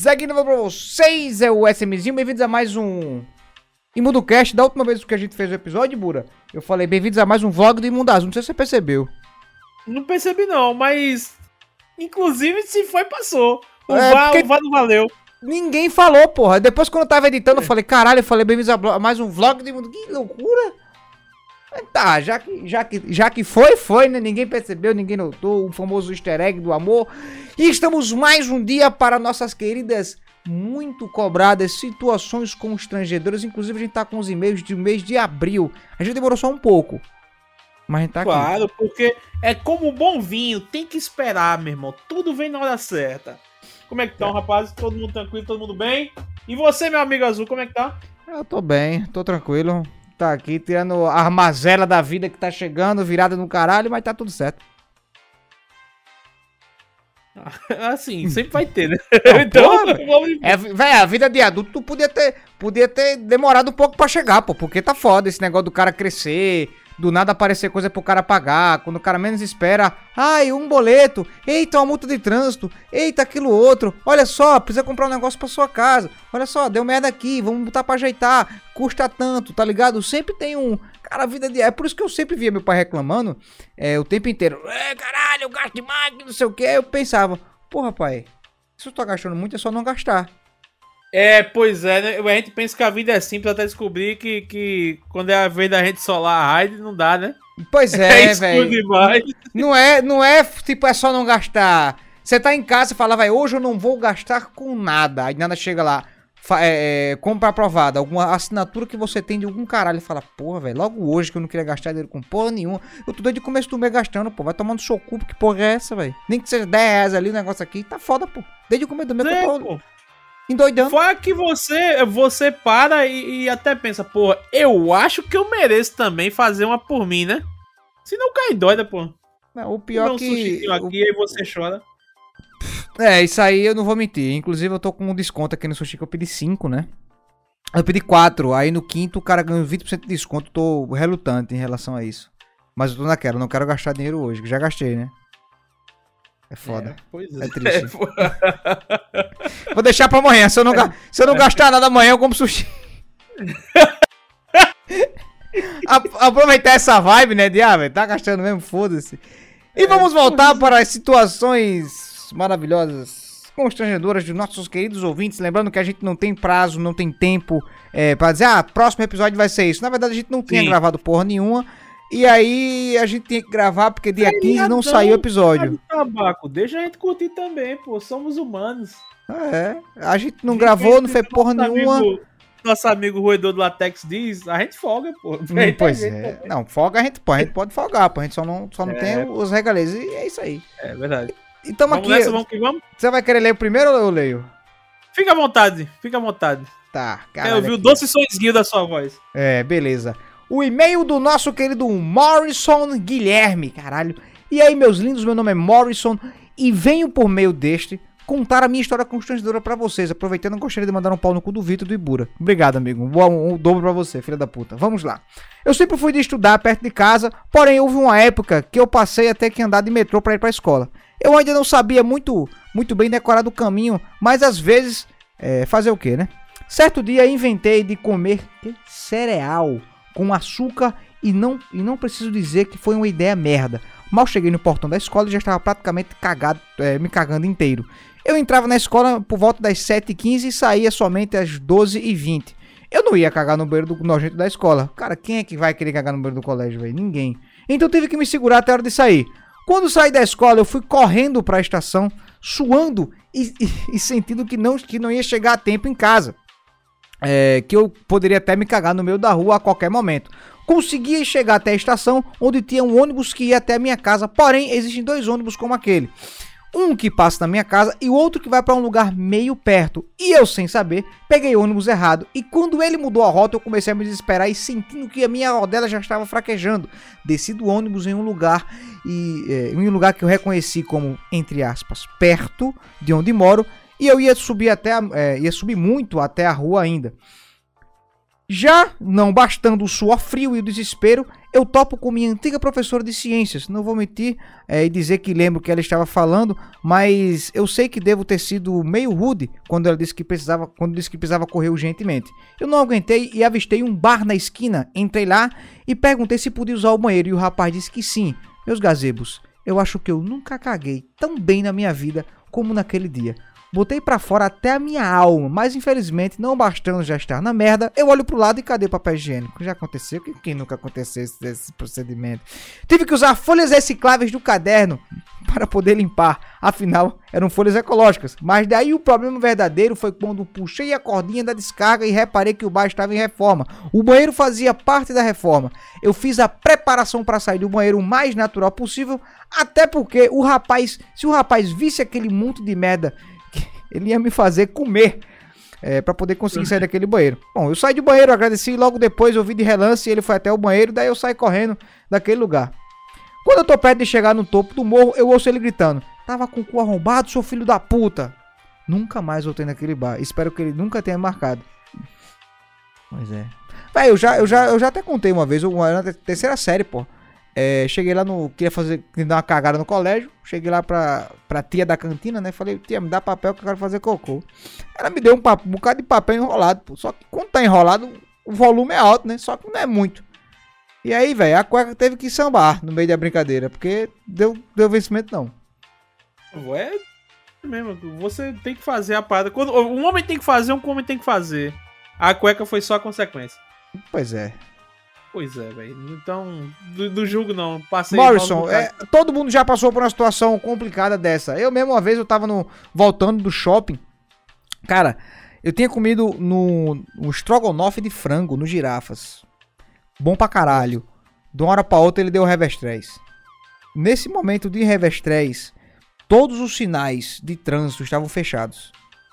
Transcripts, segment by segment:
Aqui não pra vocês, é o SMzinho, bem-vindos a mais um ImundoCast. Da última vez que a gente fez o episódio, Bura, eu falei bem-vindos a mais um vlog do Imundazo, não sei se você percebeu. Não percebi não, mas inclusive se foi, passou. O VAR não valeu. Ninguém falou, porra. Depois quando eu tava editando, eu falei, caralho, eu falei bem-vindos a mais um vlog do Imundazo. Que loucura. Tá, já que foi, né? Ninguém percebeu, ninguém notou o famoso easter egg do amor. E estamos mais um dia para nossas queridas, muito cobradas situações constrangedoras. Inclusive a gente tá com os e-mails do mês de abril. A gente demorou só um pouco, mas a gente tá aqui. Claro, porque é como um bom vinho, tem que esperar, meu irmão. Tudo vem na hora certa. Como é que estão, rapazes? Todo mundo tranquilo, todo mundo bem? E você, meu amigo azul, como é que tá? Eu tô bem, tô tranquilo. Tá aqui tirando a armazela da vida que tá chegando, virada no caralho, mas tá tudo certo. Assim, sempre vai ter, né? Não, então, porra, a vida de adulto tu podia ter demorado um pouco pra chegar, pô, porque tá foda esse negócio do cara crescer, do nada aparecer coisa pro cara pagar, quando o cara menos espera, ai, um boleto, eita, uma multa de trânsito, eita, aquilo outro, olha só, precisa comprar um negócio pra sua casa, olha só, deu merda aqui, vamos botar pra ajeitar, custa tanto, tá ligado? Sempre tem um, cara, a vida de... É por isso que eu sempre via meu pai reclamando, o tempo inteiro, caralho, eu gasto demais, não sei o que, eu pensava, porra, pai, se eu tô gastando muito é só não gastar. Pois é, né? A gente pensa que a vida é simples até descobrir que quando é a vez da gente solar a raid, não dá, né? Pois é, velho. Demais. Não é tipo, é só não gastar. Você tá em casa e fala, vai, hoje eu não vou gastar com nada. Aí nada chega lá, compra aprovada, alguma assinatura que você tem de algum caralho. Fala, porra, velho, logo hoje que eu não queria gastar dinheiro com porra nenhuma. Eu tô desde o começo do mês gastando, pô. Vai tomando seu cu, que porra é essa, velho? Nem que seja 10 reais ali o negócio aqui, tá foda, pô. Desde o começo do mês que eu tô... endoidando. Fora que você para e até pensa, porra, eu acho que eu mereço também fazer uma por mim, né? Se não cai doida, pô. Não, o pior que... aqui e você chora. Isso aí eu não vou mentir. Inclusive eu tô com um desconto aqui no sushi que eu pedi 5, né? Eu pedi 4, aí no quinto o cara ganhou 20% de desconto. Tô relutante em relação a isso. Mas eu tô naquela, não quero gastar dinheiro hoje, que já gastei, né? É foda. É triste. Vou deixar pra amanhã. Se eu não gastar nada amanhã, eu como sushi. Aproveitar essa vibe, né? De, velho, tá gastando mesmo, foda-se. E vamos voltar para as situações maravilhosas, constrangedoras de nossos queridos ouvintes. Lembrando que a gente não tem prazo, não tem tempo pra dizer, próximo episódio vai ser isso. Na verdade, a gente não tinha gravado porra nenhuma. E aí a gente tinha que gravar porque dia 15 não saiu o episódio. Tabaco, deixa a gente curtir também, pô. Somos humanos. A gente não gravou, não fez porra nenhuma. Nosso amigo roedor do Latex diz, a gente folga, pô. Pois é. Não, folga a gente pode folgar, pô. A gente só não tem os regalês. E é isso aí. É verdade. Então aqui. Vamos que vamos? Você vai querer ler o primeiro ou eu leio? Fica à vontade, fica à vontade. Tá, cara. Eu ouvi o doce sonzinho da sua voz. Beleza. O e-mail do nosso querido Morrison Guilherme, caralho. E aí, meus lindos, meu nome é Morrison e venho por meio deste contar a minha história constrangedora pra vocês. Aproveitando, gostaria de mandar um pau no cu do Vitor e do Ibura. Obrigado, amigo. Um dobro pra você, filha da puta. Vamos lá. Eu sempre fui de estudar perto de casa, porém houve uma época que eu passei a ter que andar de metrô pra ir pra escola. Eu ainda não sabia muito bem decorar do caminho, mas às vezes, fazer o quê, né? Certo dia inventei de comer cereal com açúcar e não preciso dizer que foi uma ideia merda. Mal cheguei no portão da escola e já estava praticamente cagado, me cagando inteiro. Eu entrava na escola por volta das 7h15 e saía somente às 12h20. Eu não ia cagar no banheiro do nojento da escola. Cara, quem é que vai querer cagar no banheiro do colégio, velho? Ninguém. Então tive que me segurar até a hora de sair. Quando saí da escola, eu fui correndo para a estação, suando e sentindo que não ia chegar a tempo em casa. Que eu poderia até me cagar no meio da rua a qualquer momento. Consegui chegar até a estação, onde tinha um ônibus que ia até a minha casa, porém existem 2 ônibus como aquele. Um que passa na minha casa e o outro que vai para um lugar meio perto. E eu, sem saber, peguei o ônibus errado. E quando ele mudou a rota, eu comecei a me desesperar e sentindo que a minha rodela já estava fraquejando. Desci do ônibus em um lugar que eu reconheci como, entre aspas, perto de onde moro. E eu ia subir muito até a rua ainda. Já não bastando o suor frio e o desespero, eu topo com minha antiga professora de ciências. Não vou mentir e dizer que lembro o que ela estava falando, mas eu sei que devo ter sido meio rude quando ela disse que precisava correr urgentemente. Eu não aguentei e avistei um bar na esquina. Entrei lá e perguntei se podia usar o banheiro e o rapaz disse que sim. Meus gazebos, eu acho que eu nunca caguei tão bem na minha vida como naquele dia. Botei pra fora até a minha alma, mas infelizmente, não bastando já estar na merda, eu olho pro lado e cadê o papel higiênico? Já aconteceu? Quem nunca aconteceu esse procedimento? Tive que usar folhas recicláveis do caderno para poder limpar, afinal, eram folhas ecológicas. Mas daí o problema verdadeiro foi quando puxei a cordinha da descarga e reparei que o bar estava em reforma. O banheiro fazia parte da reforma. Eu fiz a preparação para sair do banheiro o mais natural possível, até porque se o rapaz visse aquele monte de merda, ele ia me fazer comer pra poder conseguir sair daquele banheiro. Bom, eu saí do banheiro, agradeci e logo depois eu vi de relance e ele foi até o banheiro, daí eu saí correndo daquele lugar. Quando eu tô perto de chegar no topo do morro, eu ouço ele gritando: "Tava com o cu arrombado, seu filho da puta!" Nunca mais voltei naquele bar. Espero que ele nunca tenha marcado. Pois é. Véi, eu já até contei uma vez, na terceira série, pô. Cheguei lá queria dar uma cagada no colégio. Cheguei lá pra tia da cantina, né? Falei: "Tia, me dá papel que eu quero fazer cocô." Ela me deu um bocado de papel enrolado, pô. Só que quando tá enrolado, o volume é alto, né? Só que não é muito. E aí, velho, a cueca teve que sambar no meio da brincadeira, porque deu vencimento não. É mesmo, você tem que fazer a parada. Quando um homem tem que fazer, um homem tem que fazer. A cueca foi só a consequência. Pois é. Pois é, velho. Então, do jogo não. Passei. Morrison, todo mundo já passou por uma situação complicada dessa. Eu mesmo, uma vez, eu tava voltando do shopping. Cara, eu tinha comido no estrogonofe de frango, no Girafas. Bom pra caralho. De uma hora pra outra, ele deu revestrez. Nesse momento de revestrez, todos os sinais de trânsito estavam fechados.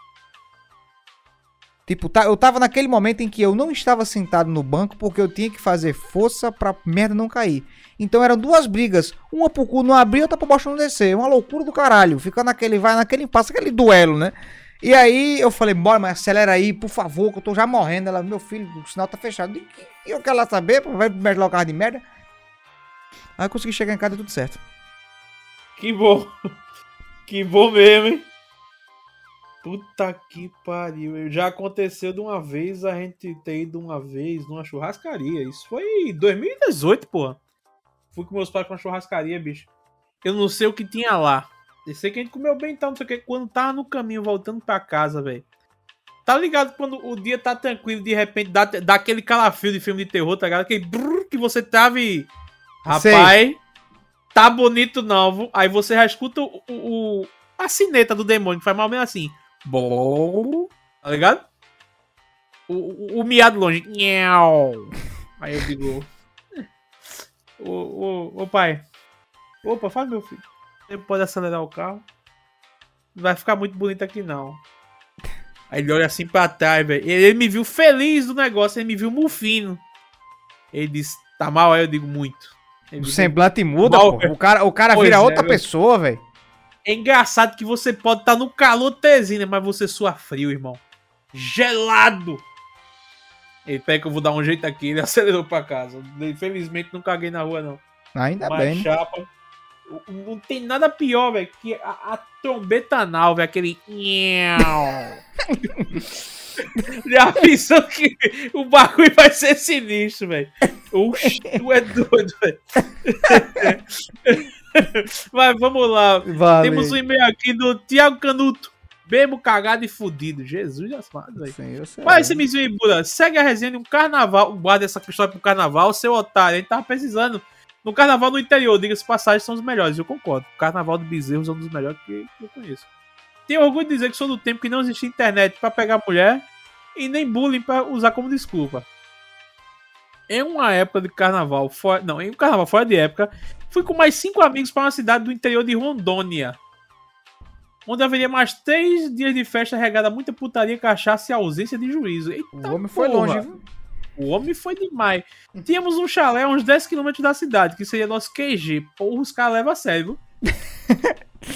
Tipo, eu tava naquele momento em que eu não estava sentado no banco porque eu tinha que fazer força pra merda não cair. Então eram duas brigas. Uma pro cu não abrir, outra pro bosta não descer. Uma loucura do caralho. Fica naquele impasse, aquele duelo, né? E aí eu falei: "Bora, mas acelera aí, por favor, que eu tô já morrendo." Ela: "Meu filho, o sinal tá fechado." E eu quero lá saber, vai melhorar o carro de merda. Aí eu consegui chegar em casa e tudo certo. Que bom. Que bom mesmo, hein? Puta que pariu. Já aconteceu de uma vez a gente ter ido uma vez numa churrascaria. Isso foi em 2018, porra. Fui com meus pais pra uma churrascaria, bicho. Eu não sei o que tinha lá. Eu sei que a gente comeu bem, então, não sei o que. Quando tava no caminho, voltando pra casa, velho. Tá ligado quando o dia tá tranquilo, de repente dá aquele calafrio de filme de terror, tá ligado? Aquele brrr que você tava e... Rapaz, sei. Tá bonito não. Aí você já escuta a sineta do demônio, que faz mais ou menos assim. Tá ligado? O miado longe. Aí eu digo: Ô pai. Opa, fala, meu filho. Você pode acelerar o carro? Não vai ficar muito bonito aqui não. Aí ele olha assim pra trás, velho. Ele me viu feliz do negócio, ele me viu mufino. Ele disse: "Tá mal?" Aí eu digo: "Muito." O semblante muda, pô. O cara vira outra pessoa, velho. É engraçado que você pode estar no calor tesina, mas você sua frio, irmão. Gelado. Ele pega que eu vou dar um jeito aqui. Ele acelerou pra casa. Infelizmente não caguei na rua, não. Ainda mas bem, chapa, né? Não tem nada pior, velho, que a trombeta anal, velho. Aquele... Já pensou que o bagulho vai ser sinistro, velho. Oxi, tu é doido, velho. Mas vamos lá. Vale. Temos um e-mail aqui do Thiago Canuto. Bebo, cagado e fudido. Jesus amado, velho. Mas esse Mizinho e Buda, segue a resenha de um carnaval. Guarda essa história pro carnaval, seu otário. A gente tava precisando. No carnaval no interior, diga-se passagem, são os melhores. Eu concordo. O carnaval do Bezerros é um dos melhores que eu conheço. Tenho orgulho de dizer que sou do tempo que não existia internet pra pegar mulher e nem bullying pra usar como desculpa. Em uma época de carnaval, em um carnaval fora de época, fui com mais 5 amigos para uma cidade do interior de Rondônia, onde haveria mais 3 dias de festa regada a muita putaria, cachaça e ausência de juízo. Eita, o homem foi longe, viu? O homem foi demais. Tínhamos um chalé a uns 10 km da cidade, que seria nosso QG. Porra, os caras levam a sério, viu?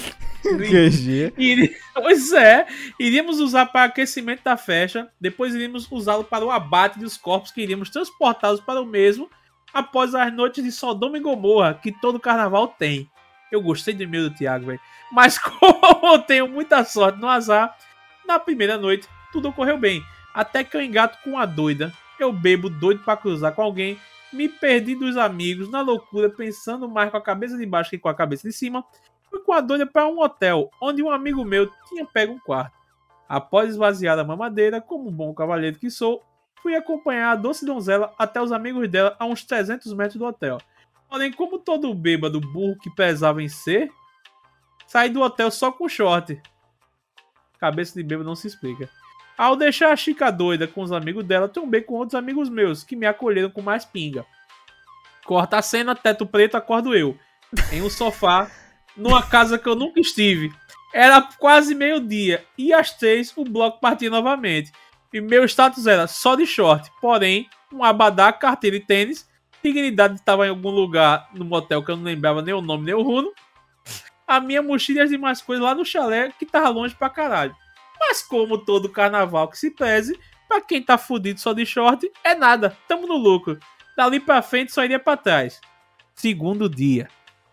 QG. Pois é, iríamos usar para aquecimento da festa, depois iríamos usá-lo para o abate dos corpos que iríamos transportá-los para o mesmo após as noites de Sodoma e Gomorra que todo carnaval tem. Eu gostei do e-mail do Thiago, velho. Mas como eu tenho muita sorte no azar, na primeira noite tudo ocorreu bem. Até que eu engato com uma doida. Eu bebo doido pra cruzar com alguém. Me perdi dos amigos na loucura, pensando mais com a cabeça de baixo que com a cabeça de cima. Fui com a doida para um hotel, onde um amigo meu tinha pego um quarto. Após esvaziar a mamadeira, como um bom cavalheiro que sou, fui acompanhar a doce donzela até os amigos dela a uns 300 metros do hotel. Porém, como todo bêbado burro que pesava em ser, saí do hotel só com short. Cabeça de bêbado não se explica. Ao deixar a Chica doida com os amigos dela, tombei com outros amigos meus, que me acolheram com mais pinga. Corta a cena, teto preto, acordo eu. Em um sofá, numa casa que eu nunca estive. Era quase meio-dia, e às 3 o bloco partia novamente. E meu status era só de short, porém, um abadá, carteira e tênis. Dignidade estava em algum lugar no motel que eu não lembrava nem o nome nem o rumo. A minha mochila e as demais coisas lá no chalé, que tava longe pra caralho. Mas como todo carnaval que se preze, pra quem tá fudido só de short, é nada, tamo no lucro. Dali pra frente só iria pra trás. Segundo dia.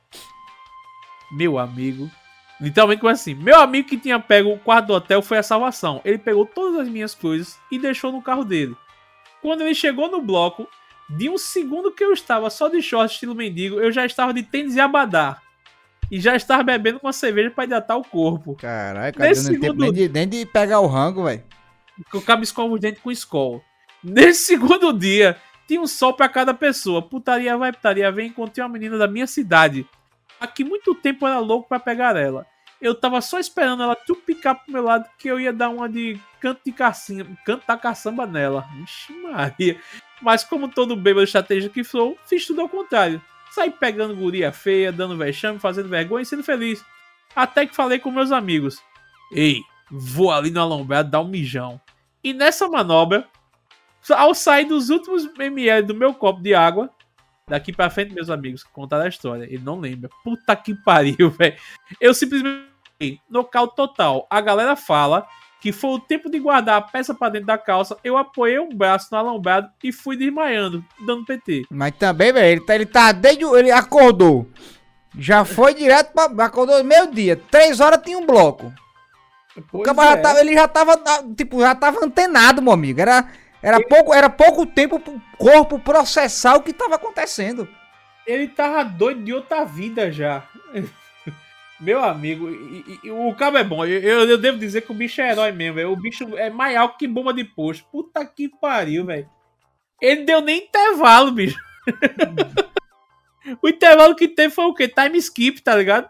Meu amigo. Literalmente foi assim. Meu amigo que tinha pego o quarto do hotel foi a salvação. Ele pegou todas as minhas coisas e deixou no carro dele. Quando ele chegou no bloco, de um segundo que eu estava só de short estilo mendigo, eu já estava de tênis e abadá. E já estava bebendo com a cerveja pra hidratar o corpo. Caralho, cara, não tem tempo nem de pegar o rango, velho. Eu acabo escovando os dentes com Skol. Nesse segundo dia, tinha um sol pra cada pessoa. Putaria vai, putaria vem. Encontrei uma menina da minha cidade. Aqui muito tempo eu era louco pra pegar ela. Eu tava só esperando ela picar pro meu lado, que eu ia dar uma de canto da caçamba nela. Ixi Maria. Mas como todo bêbado estratégia que sou, fiz tudo ao contrário. Saí pegando guria feia, dando vexame, fazendo vergonha e sendo feliz. Até que falei com meus amigos. Ei, vou ali no alombrado dar um mijão. E nessa manobra, ao sair dos últimos ml do meu copo de água, daqui pra frente, meus amigos, contaram a história. Ele não lembra. Puta que pariu, velho. Eu simplesmente nocaute total. A galera fala que foi o tempo de guardar a peça pra dentro da calça. Eu apoiei um braço no alombrado e fui desmaiando, dando PT. Mas também, velho, ele acordou. Já foi direto pra... Acordou meio-dia. 3 horas tinha um bloco. O cara já tava antenado, meu amigo. Era pouco tempo pro corpo processar o que tava acontecendo. Ele tava doido de outra vida já. Meu amigo, o cabo é bom. Eu devo dizer que o bicho é herói mesmo, velho. O bicho é mais alto que bomba de posto. Puta que pariu, velho. Ele deu nem intervalo, bicho. O intervalo que teve foi o quê? Time skip, tá ligado?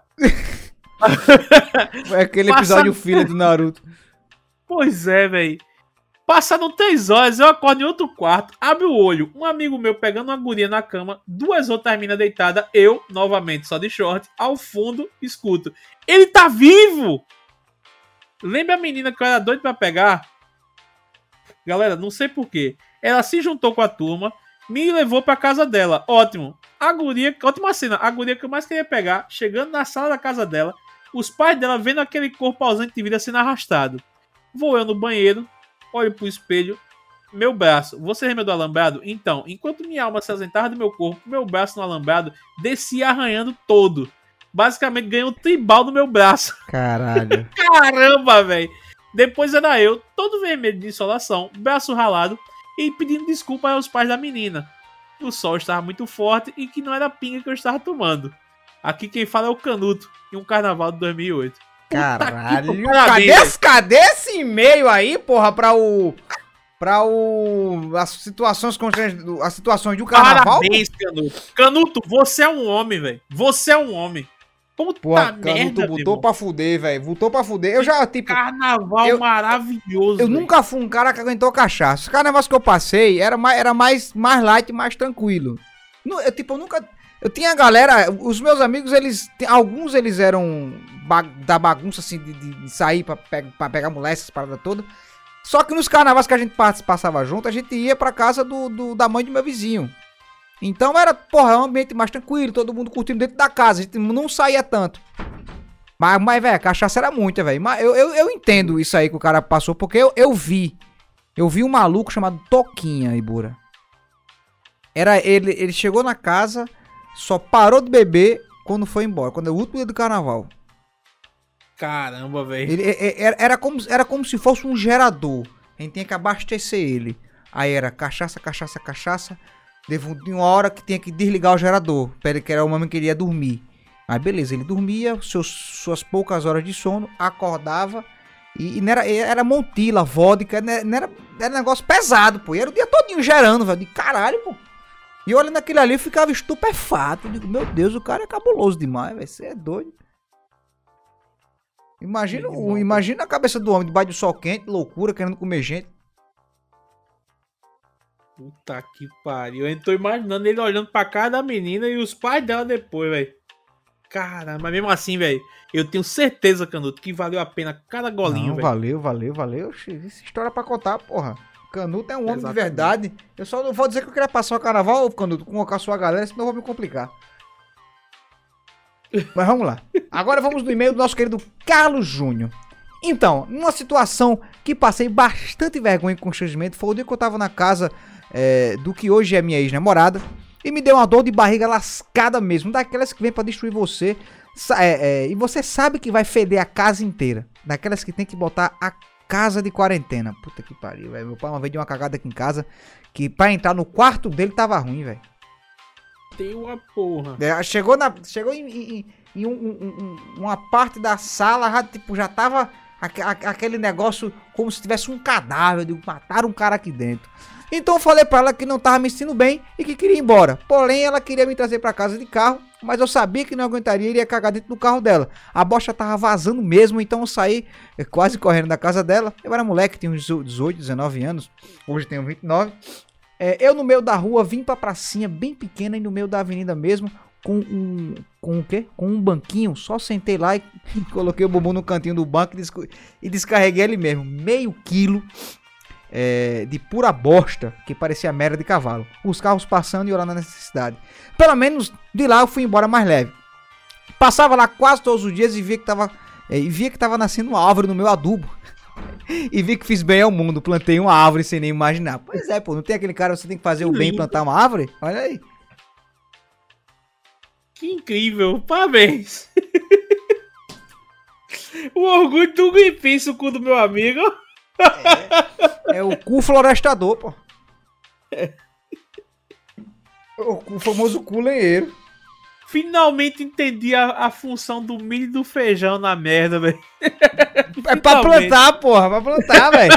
Foi aquele episódio filler do Naruto. Pois é, velho. Passado 3 horas, eu acordo em outro quarto, abro o olho, um amigo meu pegando uma guria na cama, 2 outras minas deitadas, eu, novamente, só de short, ao fundo, escuto. Ele tá vivo! Lembra a menina que eu era doido pra pegar? Galera, não sei porquê. Ela se juntou com a turma, me levou pra casa dela. Ótimo. Ótima cena. A guria que eu mais queria pegar, chegando na sala da casa dela, os pais dela vendo aquele corpo ausente de vida sendo arrastado. Vou eu no banheiro, olho pro espelho, meu braço. Você lembra do alambrado? Então, enquanto minha alma se ausentava do meu corpo, meu braço no alambrado descia arranhando todo. Basicamente ganhou um tribal no meu braço. Caralho. Caramba, velho. Depois era eu, todo vermelho de insolação, braço ralado e pedindo desculpa aos pais da menina. O sol estava muito forte e que não era a pinga que eu estava tomando. Aqui quem fala é o Canuto, em um carnaval de 2008. Caralho, cadê esse e-mail aí, porra, as situações do carnaval? Parabéns, Canuto. Canuto, você é um homem, velho. Você é um homem. Puta merda, Canuto botou pra fuder, velho. Botou pra fuder. Eu já, tipo... Carnaval maravilhoso, Eu nunca fui um cara que aguentou cachaça. Os carnavais que eu passei era mais light, mais tranquilo. Eu nunca... Eu tinha galera... Os meus amigos, alguns eles eram da bagunça, assim, de sair pra pegar mulher, essas paradas todas. Só que nos carnavais que a gente passava junto, a gente ia pra casa da mãe do meu vizinho. Então era, porra, um ambiente mais tranquilo, todo mundo curtindo dentro da casa, a gente não saía tanto. Mas velho, a cachaça era muita, velho. Mas eu entendo isso aí que o cara passou, porque eu vi. Eu vi um maluco chamado Toquinha, Ibura. Ele chegou na casa, só parou de beber quando foi embora. Quando é o último dia do carnaval. Caramba, velho. Era como se fosse um gerador. A gente tinha que abastecer ele. Aí era cachaça. Teve uma hora que tinha que desligar o gerador. Que era o momento que ele ia dormir. Aí beleza, ele dormia, suas poucas horas de sono, acordava. E não era Montila, vodka, era negócio pesado, pô. E era o dia todinho gerando, velho. De caralho, pô. E olhando aquilo ali, eu ficava estupefato. Eu digo, meu Deus, o cara é cabuloso demais, velho. Você é doido. Imagina a cabeça do homem debaixo do sol quente, loucura, querendo comer gente. Puta que pariu. Eu tô imaginando ele olhando pra cara da menina e os pais dela depois, velho. Caramba, mas mesmo assim, velho, eu tenho certeza, Canuto, que valeu a pena cada golinho, velho. Valeu. Essa história pra contar, porra. Canuto é um homem de verdade. Eu só não vou dizer que eu queria passar o carnaval, Canuto, com a sua galera, senão eu vou me complicar. Mas vamos lá. Agora vamos no e-mail do nosso querido Carlos Júnior. Então, numa situação que passei bastante vergonha e constrangimento, foi o dia que eu tava na casa do que hoje é minha ex-namorada. E me deu uma dor de barriga lascada mesmo, daquelas que vem pra destruir você. E você sabe que vai feder a casa inteira. Daquelas que tem que botar a casa de quarentena. Puta que pariu, velho. Meu pai uma vez deu uma cagada aqui em casa, que pra entrar no quarto dele tava ruim, velho. Tem uma porra. Chegou em uma parte da sala, já tava aquele negócio como se tivesse um cadáver, mataram um cara aqui dentro. Então eu falei pra ela que não tava me sentindo bem e que queria ir embora. Porém, ela queria me trazer pra casa de carro, mas eu sabia que não aguentaria e iria cagar dentro do carro dela. A bosta tava vazando mesmo, então eu saí quase correndo da casa dela. Eu era moleque, tinha uns 18, 19 anos, hoje tenho 29. Eu no meio da rua vim pra pracinha bem pequena e no meio da avenida mesmo, com o quê? Com um banquinho, só sentei lá e coloquei o bumbum no cantinho do banco e descarreguei ele mesmo, meio quilo. De pura bosta, que parecia merda de cavalo. Os carros passando e olhando a necessidade. Pelo menos de lá eu fui embora mais leve. Passava lá quase todos os dias e via que tava nascendo uma árvore no meu adubo. E vi que fiz bem ao mundo. Plantei uma árvore sem nem imaginar. Pois é, pô, não tem aquele cara, você tem que fazer o bem e plantar uma árvore? Olha aí. Que incrível, parabéns. O orgulho do Greenpeace, o cu do meu amigo. É o cu florestador, pô. O famoso cu lenheiro. Finalmente entendi a função do milho e do feijão na merda, velho. É pra plantar, porra. Pra plantar, velho.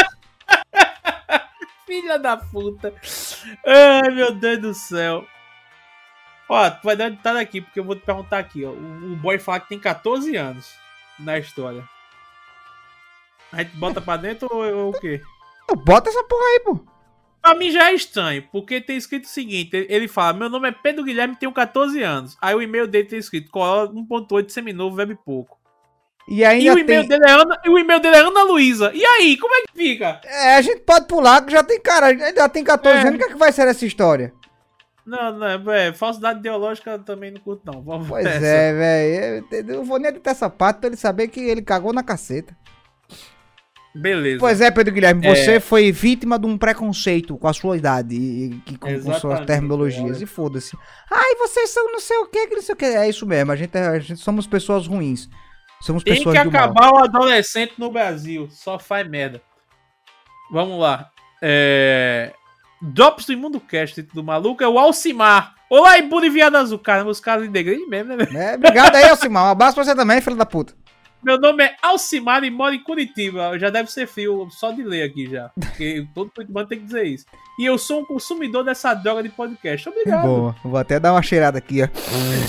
Filha da puta. Ai, meu Deus do céu. Ó, tu vai dar uma editada aqui, porque eu vou te perguntar aqui, ó. O boy fala que tem 14 anos na história. A gente bota pra dentro ou o quê? Bota essa porra aí, pô. Pra mim já é estranho, porque tem escrito o seguinte, ele fala, meu nome é Pedro Guilherme, tenho 14 anos. Aí o e-mail dele tem escrito, Corolla 1.8 seminovo, bebe pouco. E o e-mail dele é Ana Luísa. E aí, como é que fica? A gente pode pular, que já tem cara, já tem 14 anos, o que é que vai ser essa história? Não, falsidade ideológica eu também não curto não. Vamos pois é, velho, eu não vou nem editar essa parte pra ele saber que ele cagou na caceta. Beleza. Pois é, Pedro Guilherme, você foi vítima de um preconceito com a sua idade e com suas terminologias. E foda-se. Ai, vocês são não sei o que não sei o que. É isso mesmo, a gente somos pessoas ruins. Somos pessoas do mal. Tem que acabar o adolescente no Brasil. Só faz merda. Vamos lá. Drops do Imundo Cast do maluco é o Alcimar. Olá, Ibu de Viado Azul. Caramba, os caras de igreja mesmo, né? Obrigado aí, Alcimar. Um abraço pra você também, filho da puta. Meu nome é Alcimar e moro em Curitiba. Já deve ser frio só de ler aqui já. Porque todo curitibano tem que dizer isso. E eu sou um consumidor dessa droga de podcast. Obrigado. Boa. Vou até dar uma cheirada aqui, ó.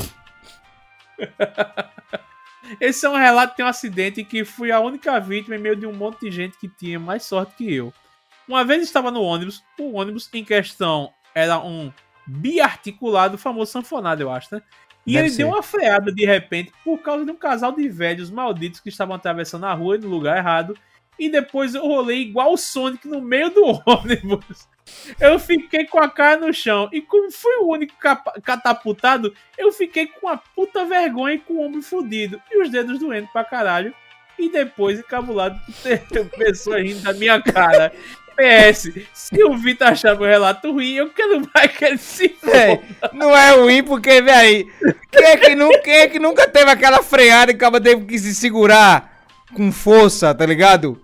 Esse é um relato de um acidente em que fui a única vítima em meio de um monte de gente que tinha mais sorte que eu. Uma vez estava no ônibus. O ônibus em questão era um biarticulado, famoso sanfonado, eu acho, né? E ele deu uma freada de repente por causa de um casal de velhos malditos que estavam atravessando a rua no lugar errado. E depois eu rolei igual o Sonic no meio do ônibus. Eu fiquei com a cara no chão. E como fui o único catapultado, eu fiquei com uma puta vergonha e com o ombro fudido. E os dedos doendo pra caralho. E depois encabulado por ter pessoas rindo da minha cara. PS, se o Vitor achar meu relato ruim, eu quero mais que ele se foda. Não é ruim porque, velho, quem é que nunca teve aquela freada e acaba teve que se segurar com força, tá ligado?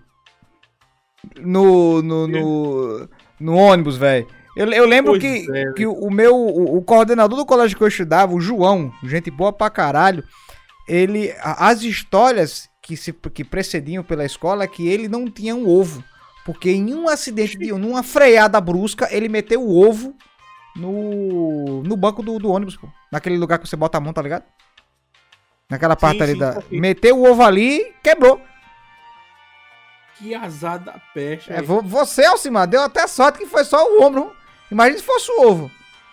No ônibus, velho. Eu lembro que o coordenador do colégio que eu estudava, o João, gente boa pra caralho, as histórias que precediam pela escola é que ele não tinha um ovo. Porque em um acidente, numa freada brusca, ele meteu o ovo no banco do ônibus, pô. Naquele lugar que você bota a mão, tá ligado? Naquela parte ali da... Meteu o ovo ali e quebrou. Que azar da peste. Você, Alcimar, deu até sorte que foi só o ombro. Imagina se fosse o ovo.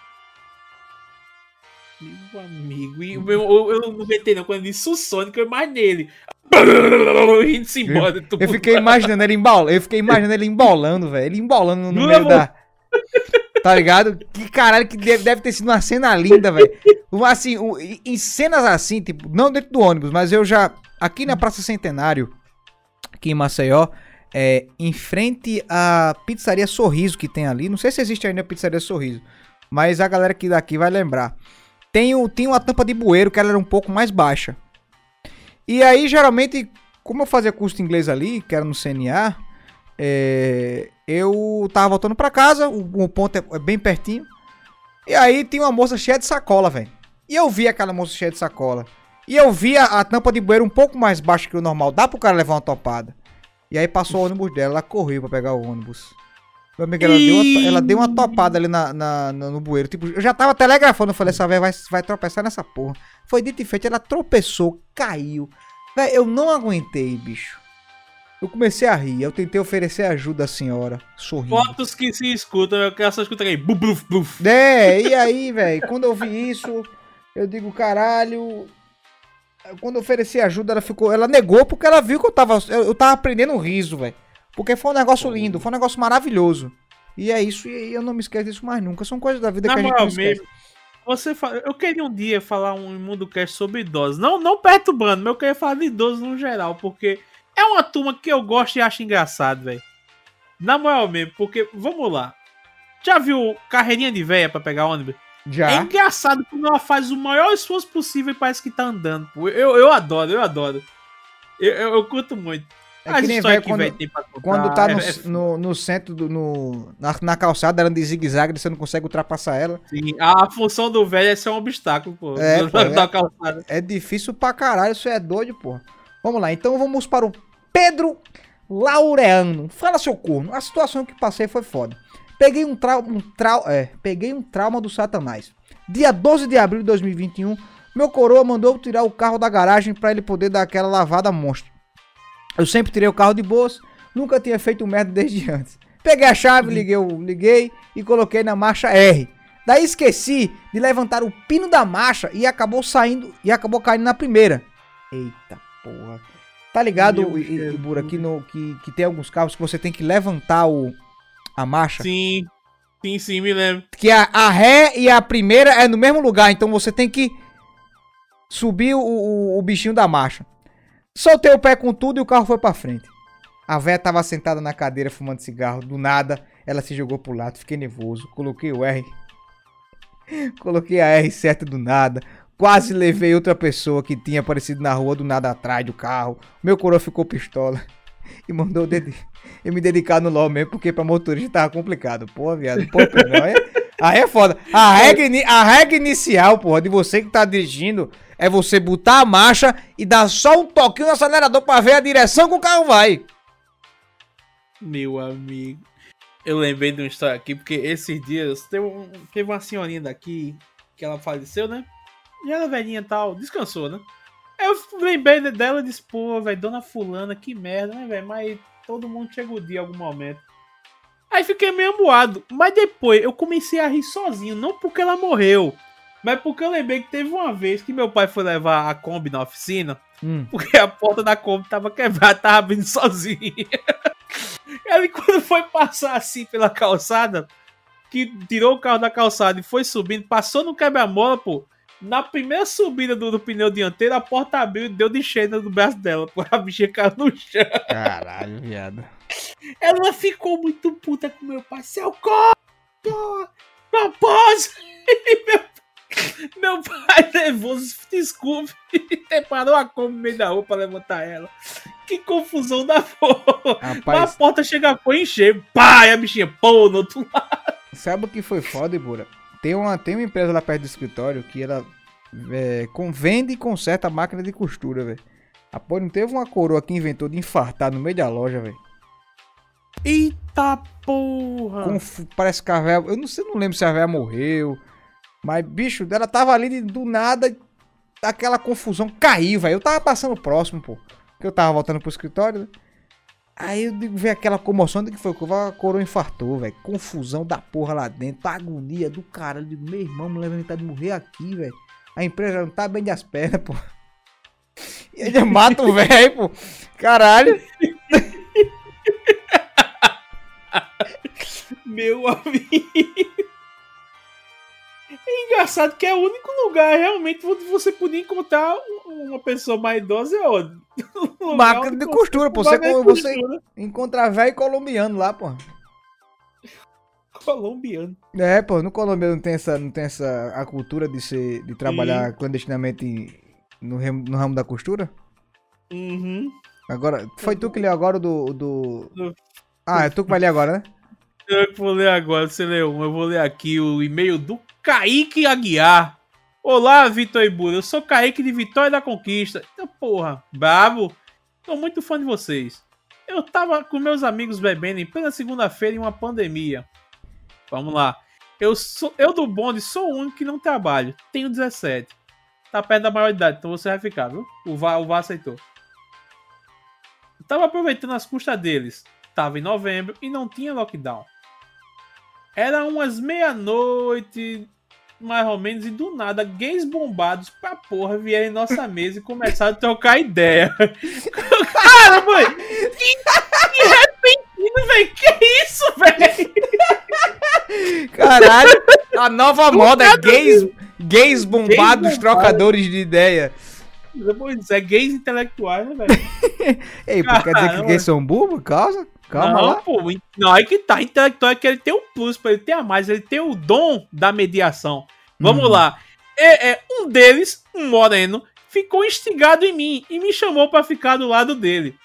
Meu amigo. E eu não metei não. Quando eu disse o Sonic, eu imaginei ele. Rindo-se embora. Eu fiquei imaginando ele embolando, velho. Ele embolando no meio da... Tá ligado? Que caralho, que deve ter sido uma cena linda, velho. Assim, em cenas assim, tipo, não dentro do ônibus, mas eu já... Aqui na Praça Centenário, aqui em Maceió, em frente à pizzaria Sorriso que tem ali. Não sei se existe ainda a pizzaria Sorriso, mas a galera aqui daqui vai lembrar. Tem uma tampa de bueiro que ela era um pouco mais baixa. E aí, geralmente, como eu fazia curso de inglês ali, que era no CNA, eu tava voltando pra casa, o ponto é bem pertinho. E aí tinha uma moça cheia de sacola, velho. E eu vi aquela moça cheia de sacola. E eu vi a tampa de bueiro um pouco mais baixa que o normal. Dá pro cara levar uma topada. E aí passou o ônibus dela, ela correu pra pegar o ônibus. Meu amigo, ela deu uma topada ali no bueiro. Tipo, eu já tava telegrafando, eu falei, essa velha vai tropeçar nessa porra. Foi dito e feito, ela tropeçou, caiu. Véi, eu não aguentei, bicho. Eu comecei a rir, eu tentei oferecer ajuda à senhora, sorrindo. Fotos que se escutam, eu quero só escutar aí. Bluf, bluf. E aí, velho, quando eu vi isso, eu digo, caralho... Quando eu ofereci ajuda, ela negou porque ela viu que eu tava aprendendo riso, velho. Porque foi um negócio lindo, foi um negócio maravilhoso. E é isso, e eu não me esqueço disso mais nunca. São coisas da vida que a gente não esquece. Eu queria um dia falar um MundoCast sobre idosos. Não perturbando, mas eu queria falar de idosos no geral, porque é uma turma que eu gosto e acho engraçado, velho. Na moral mesmo, porque, vamos lá. Já viu carreirinha de véia pra pegar ônibus? Já. É engraçado como ela faz o maior esforço possível e parece que tá andando. Pô. Eu adoro. Eu curto muito. É que nem véio quando tá no centro, na calçada, ela de zigue-zague, você não consegue ultrapassar ela. Sim, a função do velho é ser um obstáculo, pô. Da calçada. É difícil pra caralho, isso é doido, pô. Vamos lá, então vamos para o Pedro Laureano. Fala, seu corno, a situação que passei foi foda. Peguei um trauma do Satanás. Dia 12 de abril de 2021, meu coroa mandou eu tirar o carro da garagem pra ele poder dar aquela lavada monstro. Eu sempre tirei o carro de boas, nunca tinha feito merda desde antes. Peguei a chave, liguei e coloquei na marcha R. Daí esqueci de levantar o pino da marcha e acabou caindo na primeira. Eita porra. Tá ligado, Ibura, que tem alguns carros que você tem que levantar a marcha? Sim, me lembro. Que a ré e a primeira é no mesmo lugar, então você tem que subir o bichinho da marcha. Soltei o pé com tudo e o carro foi pra frente. A véia tava sentada na cadeira fumando cigarro. Do nada, ela se jogou pro lado. Fiquei nervoso. Coloquei o R. Coloquei a R certa do nada. Quase levei outra pessoa que tinha aparecido na rua do nada atrás do carro. Meu coroa ficou pistola. E mandou eu me dedicar no LOL mesmo, porque pra motorista tava complicado. Pô, viado. Pô, aí é foda. A regra inicial, porra, de você que tá dirigindo é você botar a marcha e dar só um toquinho no acelerador pra ver a direção que o carro vai. Meu amigo. Eu lembrei de uma história aqui, porque esses dias teve uma senhorinha daqui que ela faleceu, né? E ela velhinha e tal, descansou, né? Eu lembrei dela e disse, pô, velho, dona fulana, que merda, né, velho? Mas todo mundo chega o dia em algum momento. Aí fiquei meio ambuado. Mas depois eu comecei a rir sozinho, não porque ela morreu, mas porque eu lembrei que teve uma vez que meu pai foi levar a Kombi na oficina, porque a porta da Kombi tava quebrada, tava abrindo sozinho. Ele, quando foi passar assim pela calçada, que tirou o carro da calçada e foi subindo, passou no quebra-mola, pô. Na primeira subida do pneu dianteiro, a porta abriu e deu de cheio no braço dela, pô. A bicha caiu no chão. Caralho, viado. Ela ficou muito puta com meu pai. Seu corpo! Propósito! Meu pai nervoso, desculpe. Parou a Kombi no meio da rua pra levantar ela. Que confusão da porra. Rapaz, a porta chega a encher. Pá, e a bichinha, pô, no outro lado. sabe o que foi foda, Ibura? Tem uma empresa lá perto do escritório que ela vende e conserta a máquina de costura, velho. Após não teve uma coroa que inventou de infartar no meio da loja, velho. Eita porra. Parece que a véia, eu não lembro se a véia morreu. Mas, bicho, ela tava ali do nada, aquela confusão, caiu, velho. Eu tava passando próximo, pô. Porque eu tava voltando pro escritório, né? Aí eu digo, veio aquela comoção de que foi a coroa infartou, velho. Confusão da porra lá dentro, agonia do caralho. Eu digo, meu irmão, me leva a de morrer aqui, velho. A empresa não tá bem das pernas, pô. E ele mata o velho, pô. Caralho. Meu amigo. É engraçado que é o único lugar realmente onde você podia encontrar uma pessoa mais idosa é onde? Máquina de costura, pô. Você encontra velho colombiano lá, pô. Colombiano. É, pô, no colombiano não tem essa a cultura de trabalhar clandestinamente no ramo da costura? Uhum. Agora, foi tu que leu agora Ah, é tu que vai ler agora, né? Eu que vou ler agora, você leu um. Eu vou ler aqui o e-mail do Kaique Aguiar. Olá, Vitor Ibura. Eu sou Kaique de Vitória da Conquista. Então, porra, bravo. Tô muito fã de vocês. Eu tava com meus amigos bebendo em plena segunda-feira em uma pandemia. Vamos lá. Eu do bonde sou o único que não trabalho. Tenho 17. Tá perto da maioridade, então você vai ficar, viu? O VAR aceitou. Eu tava aproveitando as custas deles. Tava em novembro e não tinha lockdown. Era umas meia-noite, mais ou menos, e do nada, gays bombados pra porra vieram em nossa mesa e começaram a trocar ideia. Cara, mãe! Que repentino, velho! Que isso, velho? Caralho! A nova moda é gays bombados, trocadores de ideia. Pois é, gays intelectuais, né, velho? Ei, pô, quer dizer que gays são burros? Calma não, lá. Pô, não, é que tá. Intelectual é que ele tem um plus, pra ele ter a mais, ele tem o dom da mediação. Vamos lá. Um deles, um moreno, ficou instigado em mim e me chamou pra ficar do lado dele.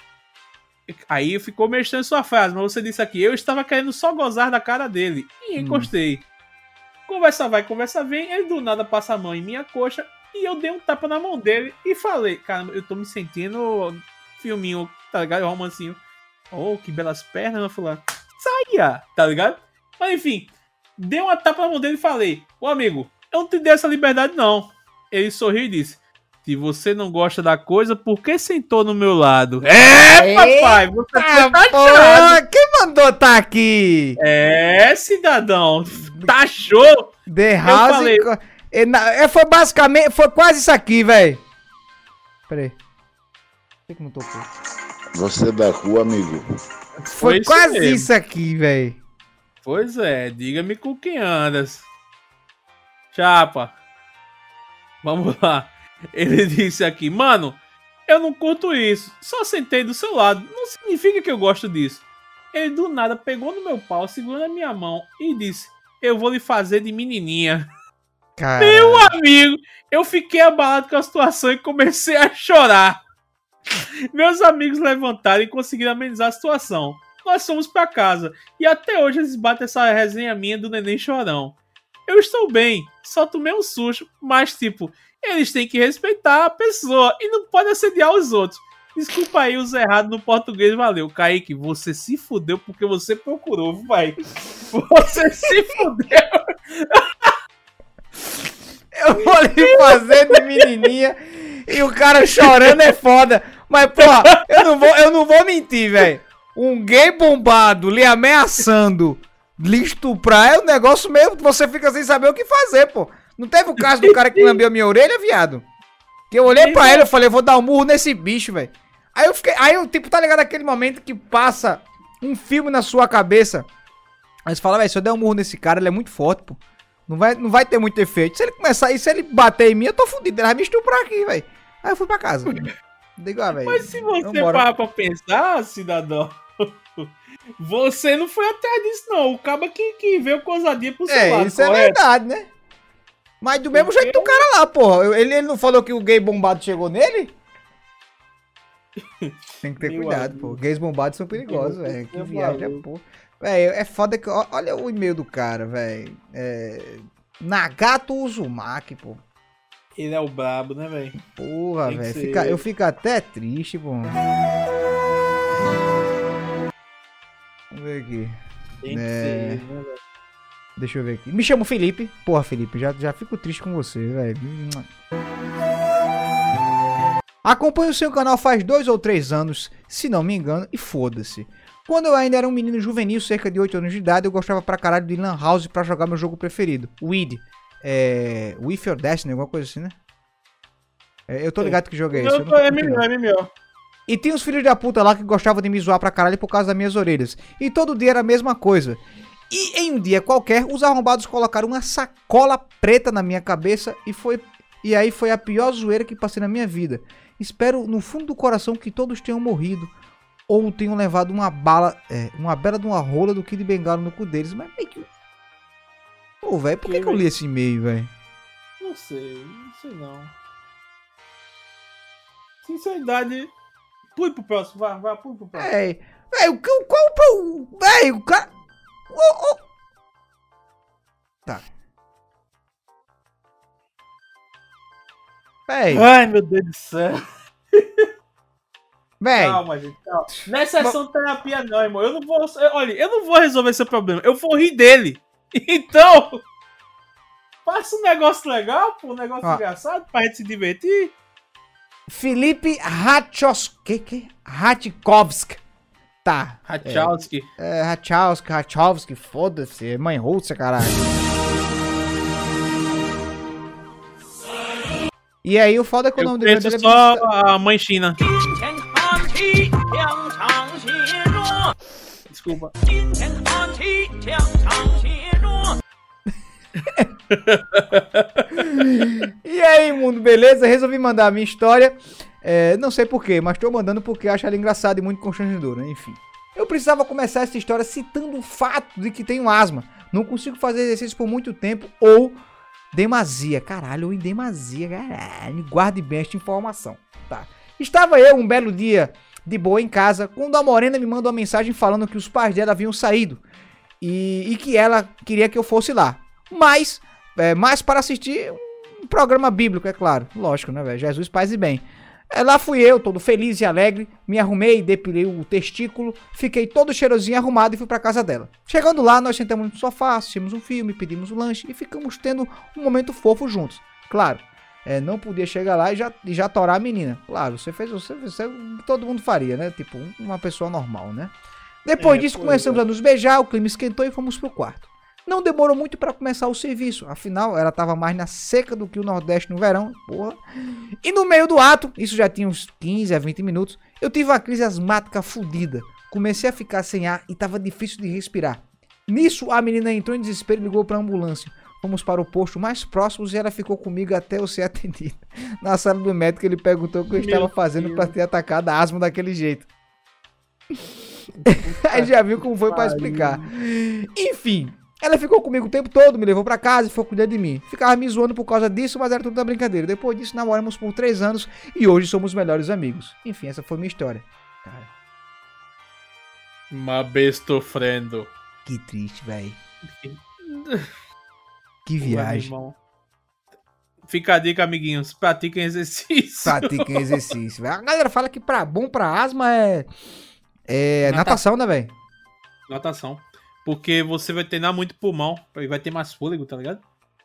Aí ficou mexendo sua frase, mas você disse aqui, eu estava querendo só gozar da cara dele. E encostei. Conversa vai, conversa vem, ele do nada passa a mão em minha coxa e eu dei um tapa na mão dele e falei, cara, eu tô me sentindo filminho, tá ligado? Romancinho. Oh, que belas pernas, eu falei, saia, tá ligado? Mas enfim, dei uma tapa na mão dele e falei, ô amigo, eu não te dei essa liberdade não. Ele sorriu e disse, se você não gosta da coisa, por que sentou no meu lado? Papai, você tá achado. Quem mandou tá aqui? Cidadão, tá show. The House. falei... Foi basicamente, foi quase isso aqui, velho. Pera aí. Por que não tocou? Você é da rua, amigo. Foi quase isso aqui, velho. Pois é, diga-me com quem andas. Chapa. Vamos lá. Ele disse aqui, mano, eu não curto isso. Só sentei do seu lado. Não significa que eu gosto disso. Ele do nada pegou no meu pau, segurou na minha mão e disse, eu vou lhe fazer de menininha. Caramba. Meu amigo, eu fiquei abalado com a situação e comecei a chorar. Meus amigos levantaram e conseguiram amenizar a situação. Nós fomos pra casa e até hoje eles batem essa resenha minha do neném chorão. Eu estou bem, só tomei um susto, mas tipo, eles têm que respeitar a pessoa e não pode assediar os outros. Desculpa aí os errados no português, valeu. Kaique, você se fudeu porque você procurou, vai. Você se fudeu. Eu vou lhe fazer de menininha e o cara chorando é foda. Mas, porra, eu não vou mentir, velho. Um gay bombado lhe ameaçando, lhe estuprar é um negócio mesmo que você fica sem saber o que fazer, pô. Não teve o caso do cara que lambeu minha orelha, viado? Que eu olhei pra ele e falei, vou dar um murro nesse bicho, velho. Aí eu, tipo, tá ligado aquele momento que passa um filme na sua cabeça Aí você fala, velho, se eu der um murro nesse cara, ele é muito forte, pô. Não vai ter muito efeito. Se ele começar aí, se ele bater em mim, eu tô fudido. Ele vai me estuprar aqui, velho. Aí eu fui pra casa. Digo, velho. Mas se você parar pra pensar, cidadão, você não foi atrás disso, não. O cara que veio com ousadia pro seu lado, isso correto? É verdade, né? Mas do mesmo jeito do cara lá, porra. Ele não falou que o gay bombado chegou nele? Tem que ter cuidado, pô. Gays bombados são perigosos, velho. Que viagem, pô. Velho, é foda que... Olha o e-mail do cara, velho. Nagato Uzumaki, pô. Ele é o brabo, né, velho? Porra, velho. Eu fico até triste, pô. Vamos ver aqui. Tem que ser, né, velho? Deixa eu ver aqui. Me chamo Felipe. Porra, Felipe, já fico triste com você, velho. Acompanho o seu canal faz 2 ou 3 anos, se não me engano, e foda-se. Quando eu ainda era um menino juvenil, cerca de 8 anos de idade, eu gostava pra caralho de Lan House pra jogar meu jogo preferido, Weed. With Your Destiny, alguma coisa assim, né? Eu tô ligado que jogo é esse. É MMO. E tinha uns filhos da puta lá que gostavam de me zoar pra caralho por causa das minhas orelhas. E todo dia era a mesma coisa. E em um dia qualquer, os arrombados colocaram uma sacola preta na minha cabeça e aí foi a pior zoeira que passei na minha vida. Espero no fundo do coração que todos tenham morrido ou tenham levado uma bala, uma bela de uma rola do Kid Bengala no cu deles. Mas meio que... Pô, velho, por que eu li esse e-mail, velho? Não sei não. Sinceridade... Pule pro próximo, vai, pule pro próximo. Velho, velho, o cara... Tá. Véi. Ai, meu Deus do céu. Véi. Calma, gente, calma. Não é sessão de terapia, não, irmão. Eu não vou resolver esse problema. Eu vou rir dele. Então, faça um negócio legal, pô, um negócio engraçado pra gente se divertir. Felipe Ratchkovsk. Tá. Ratchowski. Ratchowski, foda-se. É mãe russa, caralho. E aí o foda é que o nome dele é só a mãe China. Desculpa. E aí, mundo, beleza? Resolvi mandar a minha história. Não sei porquê, mas tô mandando porque acho ela engraçada e muito constrangedora, enfim. Eu precisava começar essa história citando o fato de que tenho asma. Não consigo fazer exercício por muito tempo ou demasia. Caralho, ou em demasia, caralho. Guarde bem esta informação. Tá. Estava eu um belo dia de boa em casa quando a Morena me mandou uma mensagem falando que os pais dela haviam saído e que ela queria que eu fosse lá. Mas para assistir um programa bíblico, é claro. Lógico, né, velho? Jesus, paz e bem. Lá fui eu, todo feliz e alegre, me arrumei, depilei o testículo, fiquei todo cheirosinho arrumado e fui pra casa dela. Chegando lá, nós sentamos no sofá, assistimos um filme, pedimos um lanche e ficamos tendo um momento fofo juntos. Claro, não podia chegar lá e já torar a menina. Claro, você todo mundo faria, né? Tipo, uma pessoa normal, né? Depois disso, começamos a nos beijar, o clima esquentou e fomos pro quarto. Não demorou muito para começar o serviço, afinal ela tava mais na seca do que o Nordeste no verão, porra. E no meio do ato, isso já tinha uns 15 a 20 minutos, eu tive uma crise asmática fodida. Comecei a ficar sem ar e tava difícil de respirar. Nisso, a menina entrou em desespero e ligou pra ambulância. Fomos para o posto mais próximo e ela ficou comigo até eu ser atendido. Na sala do médico ele perguntou o que eu estava fazendo para ter atacado a asma daquele jeito. Aí já viu como foi para explicar. Enfim... Ela ficou comigo o tempo todo, me levou pra casa e foi cuidar de mim. Ficava me zoando por causa disso, mas era tudo da brincadeira. Depois disso, namoramos por 3 anos e hoje somos melhores amigos. Enfim, essa foi minha história. Cara. Uma bestofrendo. Que triste, velho. Que viagem. Fica a dica, amiguinhos. Pratiquem exercício. Pratiquem exercício. A galera fala que bom pra asma é natação, né, velho? Natação. Porque você vai treinar muito pulmão e vai ter mais fôlego, tá ligado?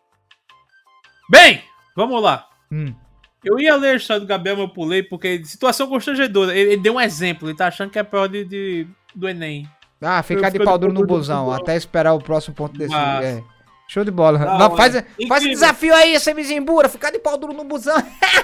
Bem, vamos lá. Eu ia ler a história do Gabriel, mas eu pulei porque situação constrangedora. Ele deu um exemplo, ele tá achando que é prova do Enem. Ah, ficar de pau duro no busão, até esperar o próximo ponto desse. Show de bola. Não, faz um desafio aí, Semizembura, ficar de pau duro no busão.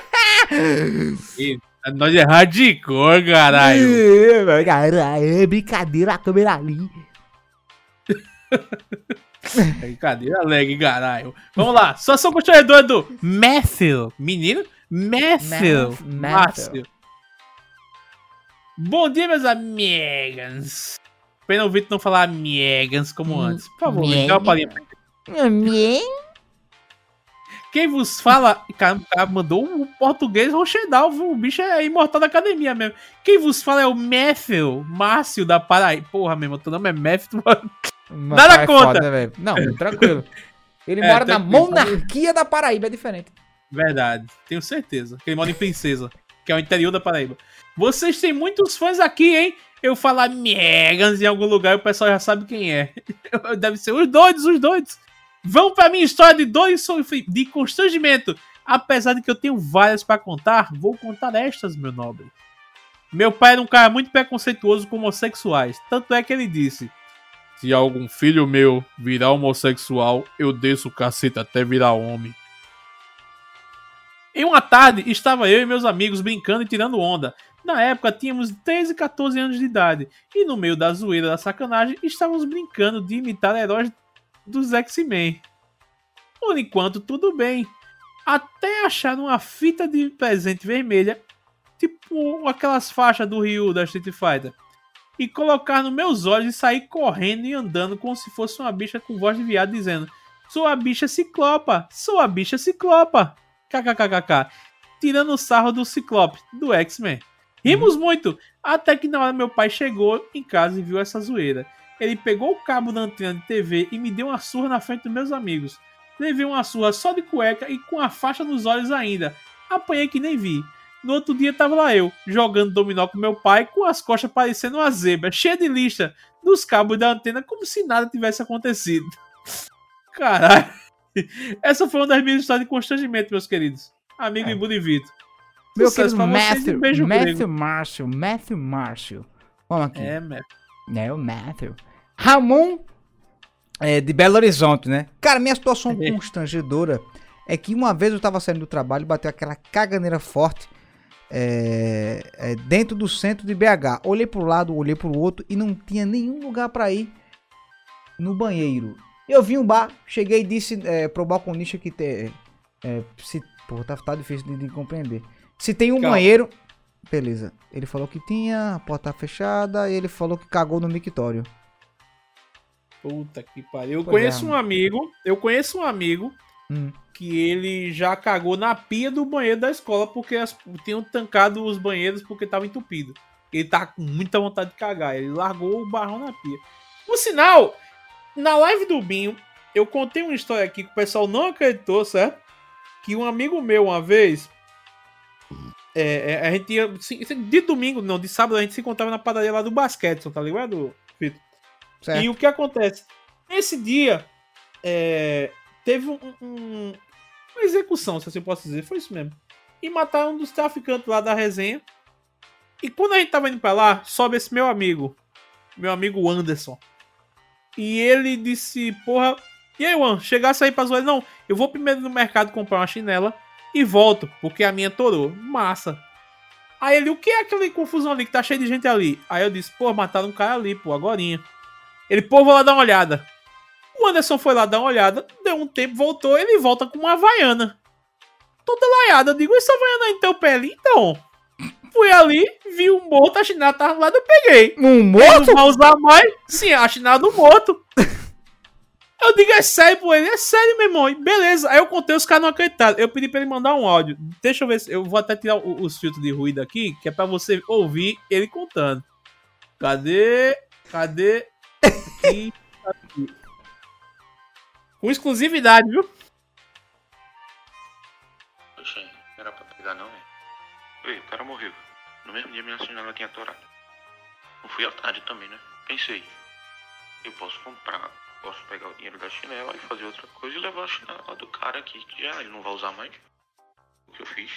Nós é hardcore, caralho. Caralho, é brincadeira, a câmera ali. Brincadeira alegre, caralho. Vamos lá. Situação constrangedora do Matthew. Menino? Matthew. Márcio. Bom dia, meus amigos. Pena o Vitor não falar amigos como antes. Por favor, me dá uma palhinha. Quem vos fala... Cara, o cara mandou um português rochedal, viu? O bicho é imortal da academia mesmo. Quem vos fala é o Matthew, Márcio da Paraíba. Porra, meu irmão, teu nome é Matthew. Nada contra. Foda, não, tranquilo. Ele mora na monarquia da Paraíba, é diferente. Verdade, tenho certeza. Que ele mora em Princesa, que é o interior da Paraíba. Vocês têm muitos fãs aqui, hein? Eu falar Megans em algum lugar e o pessoal já sabe quem é. Deve ser os doidos. Vão pra minha história de dor e de constrangimento. Apesar de que eu tenho várias pra contar, vou contar estas, meu nobre. Meu pai era um cara muito preconceituoso com homossexuais. Tanto é que ele disse: se algum filho meu virar homossexual, eu desço o cacete até virar homem. Em uma tarde, estava eu e meus amigos brincando e tirando onda. Na época, tínhamos 13 e 14 anos de idade. E no meio da zoeira da sacanagem, estávamos brincando de imitar heróis dos X-Men. Por enquanto, tudo bem. Até achar uma fita de presente vermelha, tipo aquelas faixas do Ryu da Street Fighter, e colocar nos meus olhos e sair correndo e andando como se fosse uma bicha com voz de viado dizendo: sou a bicha ciclopa, sou a bicha ciclopa. KKKKK. Tirando o sarro do Ciclope, do X-Men. Rimos muito, até que na hora meu pai chegou em casa e viu essa zoeira. Ele pegou o cabo da antena de TV e me deu uma surra na frente dos meus amigos. Levei uma surra só de cueca e com a faixa nos olhos ainda. Apanhei que nem vi. No outro dia tava lá eu, jogando dominó com meu pai, com as costas parecendo uma zebra, cheia de lixa dos cabos da antena, como se nada tivesse acontecido. Caralho. Essa foi uma das minhas histórias de constrangimento, meus queridos. Amigo e Budivito. Meu querido Matthew Márcio. Vamos aqui. Matthew. O Matthew. Ramon, de Belo Horizonte, né? Cara, minha situação constrangedora é que uma vez eu tava saindo do trabalho e bateu aquela caganeira forte dentro do centro de BH. Olhei pro lado, olhei pro outro e não tinha nenhum lugar pra ir no banheiro. Eu vi um bar, cheguei e disse pro balconista que tá difícil de compreender. Se tem um banheiro... Beleza. Ele falou que tinha, a porta fechada, e ele falou que cagou no mictório. Puta que pariu. Eu conheço um amigo que ele já cagou na pia do banheiro da escola porque tinham tancado os banheiros porque tava entupido. Ele tava com muita vontade de cagar. Ele largou o barrão na pia. Por sinal, na live do Binho, eu contei uma história aqui que o pessoal não acreditou, certo? Que um amigo meu, uma vez... a gente ia... De domingo, não, de sábado, a gente se encontrava na padaria lá do basquete, tá ligado, Vitor? Certo. E o que acontece? Nesse dia, teve uma execução, se assim eu posso dizer, foi isso mesmo. E mataram um dos traficantes lá da resenha. E quando a gente tava indo pra lá, sobe esse meu amigo Anderson. E ele disse, porra... E aí, Juan, chegasse aí pra zoar? Não, eu vou primeiro no mercado comprar uma chinela e volto, porque a minha torou. Massa. Aí ele, o que é aquela confusão ali, que tá cheio de gente ali? Aí eu disse, pô, mataram um cara ali, pô, agorinha. Ele, pô, vou lá dar uma olhada. O Anderson foi lá dar uma olhada, deu um tempo, voltou, ele volta com uma havaiana. Toda laiada. Eu digo, essa havaiana aí no teu pé ali? Então... Fui ali, vi um morto, a chinela tava lá, eu peguei. Um morto? Não vai usar mais? Sim, a chinela do morto. Eu digo, é sério, pô, ele é sério, meu irmão. E beleza, aí eu contei, os caras não acreditaram. Eu pedi pra ele mandar um áudio. Deixa eu ver, eu vou até tirar os filtros de ruído aqui, que é pra você ouvir ele contando. Cadê? Aqui. Com exclusividade, viu? Oxê, não era pra pegar não, né? Ei, o cara morreu. No mesmo dia minha chinela tinha atorado. Não fui à tarde também, né? Pensei, eu posso pegar o dinheiro da chinela e fazer outra coisa e levar a chinela do cara aqui, que já ele não vai usar mais. O que eu fiz.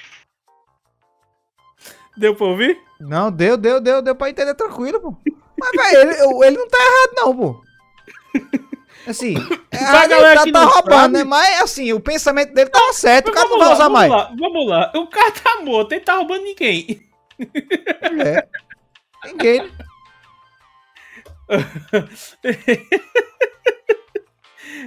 Deu pra ouvir? Não, deu pra entender tranquilo, pô. Mas, velho, ele não tá errado não, pô. Assim, ele tá roubando, né? Mas, assim, o pensamento dele tava certo, o cara não vai usar mais. Vamos lá, o cara tá morto, ele tá roubando ninguém. Ninguém, né?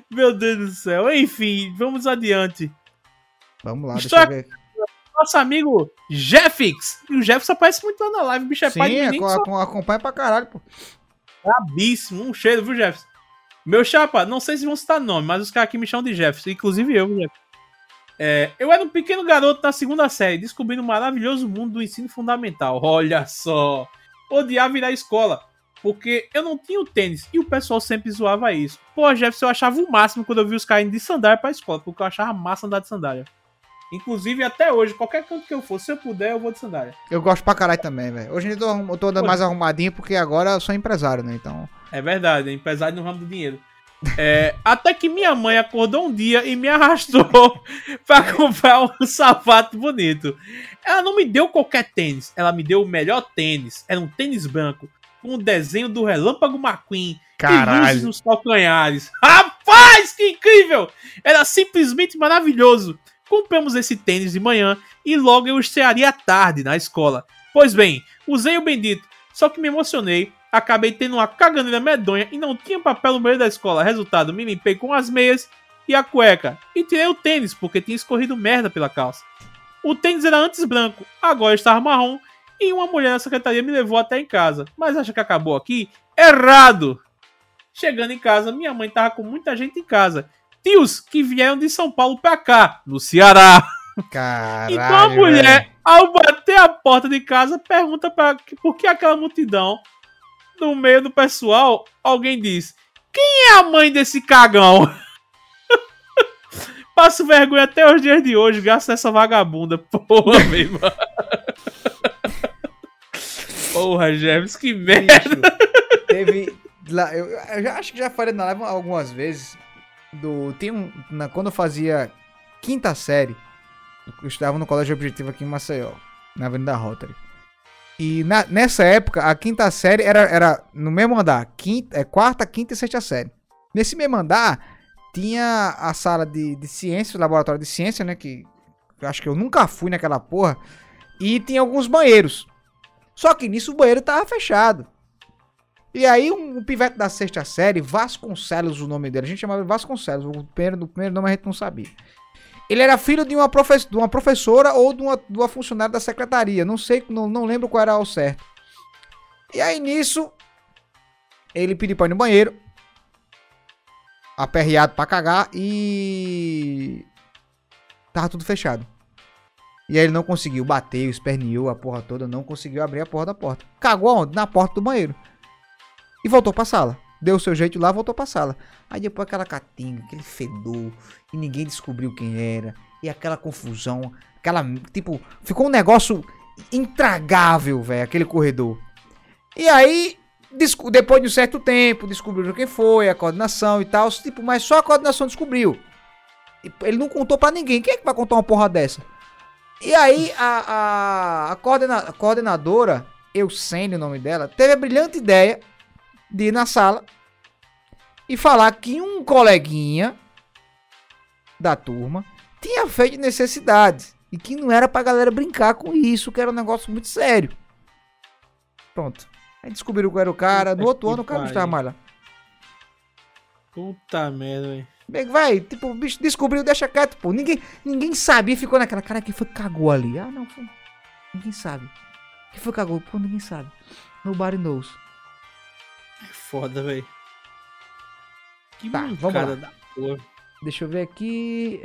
Meu Deus do céu. Enfim, vamos adiante. Vamos lá, História- deixa eu ver. Nosso amigo Jeffix. E o Jeffix aparece muito lá na live. O bicho é pai de Sim, menino, só acompanha pra caralho, pô. brabíssimo. Um cheiro, viu, Jeffix? Meu chapa, não sei se vão citar nome, mas os caras aqui me chamam de Jeffix. Inclusive eu, viu, Jeffix? Eu era um pequeno garoto na segunda série, descobrindo o maravilhoso mundo do ensino fundamental. Olha só. Odiava ir à escola, porque eu não tinha o tênis e o pessoal sempre zoava isso. Pô, Jefferson, eu achava o máximo quando eu vi os caras indo de sandália pra escola, porque eu achava massa andar de sandália. Inclusive, até hoje, qualquer canto que eu for, se eu puder, eu vou de sandália. Eu gosto pra caralho também, velho. Hoje em dia eu tô andando mais arrumadinho porque agora eu sou empresário, né? Então. É verdade, é empresário no ramo do dinheiro. Até que minha mãe acordou um dia e me arrastou pra comprar um sapato bonito. Ela não me deu qualquer tênis, ela me deu o melhor tênis. Era um tênis branco com o desenho do Relâmpago McQueen e luzes nos calcanhares. Rapaz, que incrível! Era simplesmente maravilhoso. Compramos esse tênis de manhã e logo eu estrearia à tarde na escola. Pois bem, usei o bendito, só que me emocionei, acabei tendo uma caganeira medonha e não tinha papel no meio da escola. Resultado, me limpei com as meias e a cueca e tirei o tênis porque tinha escorrido merda pela calça. O tênis era antes branco, agora estava marrom e uma mulher na secretaria me levou até em casa. Mas acha que acabou aqui? Errado! Chegando em casa, minha mãe tava com muita gente em casa. Tios que vieram de São Paulo pra cá, no Ceará. Caralho. Então a mulher, ao bater a porta de casa, pergunta por que aquela multidão. No meio do pessoal, alguém diz: quem é a mãe desse cagão? Passo vergonha até os dias de hoje, graças a essa vagabunda. Porra, meu irmão. Porra, Jefferson, que merda. Teve. Eu já acho que já falei na live algumas vezes. Quando eu fazia quinta série, eu estudava no Colégio Objetivo aqui em Maceió, na Avenida Rotary. E nessa época, a quinta série era no mesmo andar. Quarta, quinta e sexta série. Nesse mesmo andar, tinha a sala de ciência, o laboratório de ciência, né? Que eu acho que eu nunca fui naquela porra. E tinha alguns banheiros. Só que nisso o banheiro tava fechado. E aí um pivete da sexta série, Vasconcelos o nome dele. A gente chamava de Vasconcelos. O primeiro nome a gente não sabia. Ele era filho de uma professora ou de uma funcionária da secretaria. Não sei, não lembro qual era ao certo. E aí nisso, ele pediu pra ir no banheiro. Aperreado pra cagar e... tava tudo fechado. E aí ele não conseguiu, bateu, esperneou a porra toda, não conseguiu abrir a porra da porta. Cagou aonde? Na porta do banheiro. E voltou pra sala. Deu o seu jeito lá, voltou pra sala. Aí depois aquela catinga, aquele fedor, e ninguém descobriu quem era. E aquela confusão, tipo, ficou um negócio intragável, velho, aquele corredor. E aí, depois de um certo tempo, descobriram quem foi, a coordenação e tal, tipo, mas só a coordenação descobriu. Ele não contou pra ninguém. Quem é que vai contar uma porra dessa? E aí, a coordenadora, Eusênia, o nome dela, teve a brilhante ideia de ir na sala e falar que um coleguinha da turma tinha feito necessidades e que não era pra galera brincar com isso, que era um negócio muito sério. Pronto. Aí descobriram que era o cara. No outro ano o cara não estava mais lá. Puta merda, velho. Vai, tipo, o bicho descobriu, deixa quieto, pô. Ninguém sabia, ficou naquela cara que foi cagou ali. Ah, não, foi. Ninguém sabe. Quem foi cagou? Pô, ninguém sabe. Nobody knows. É foda, velho. Que tá, vamos lá. Da porra. Deixa eu ver aqui.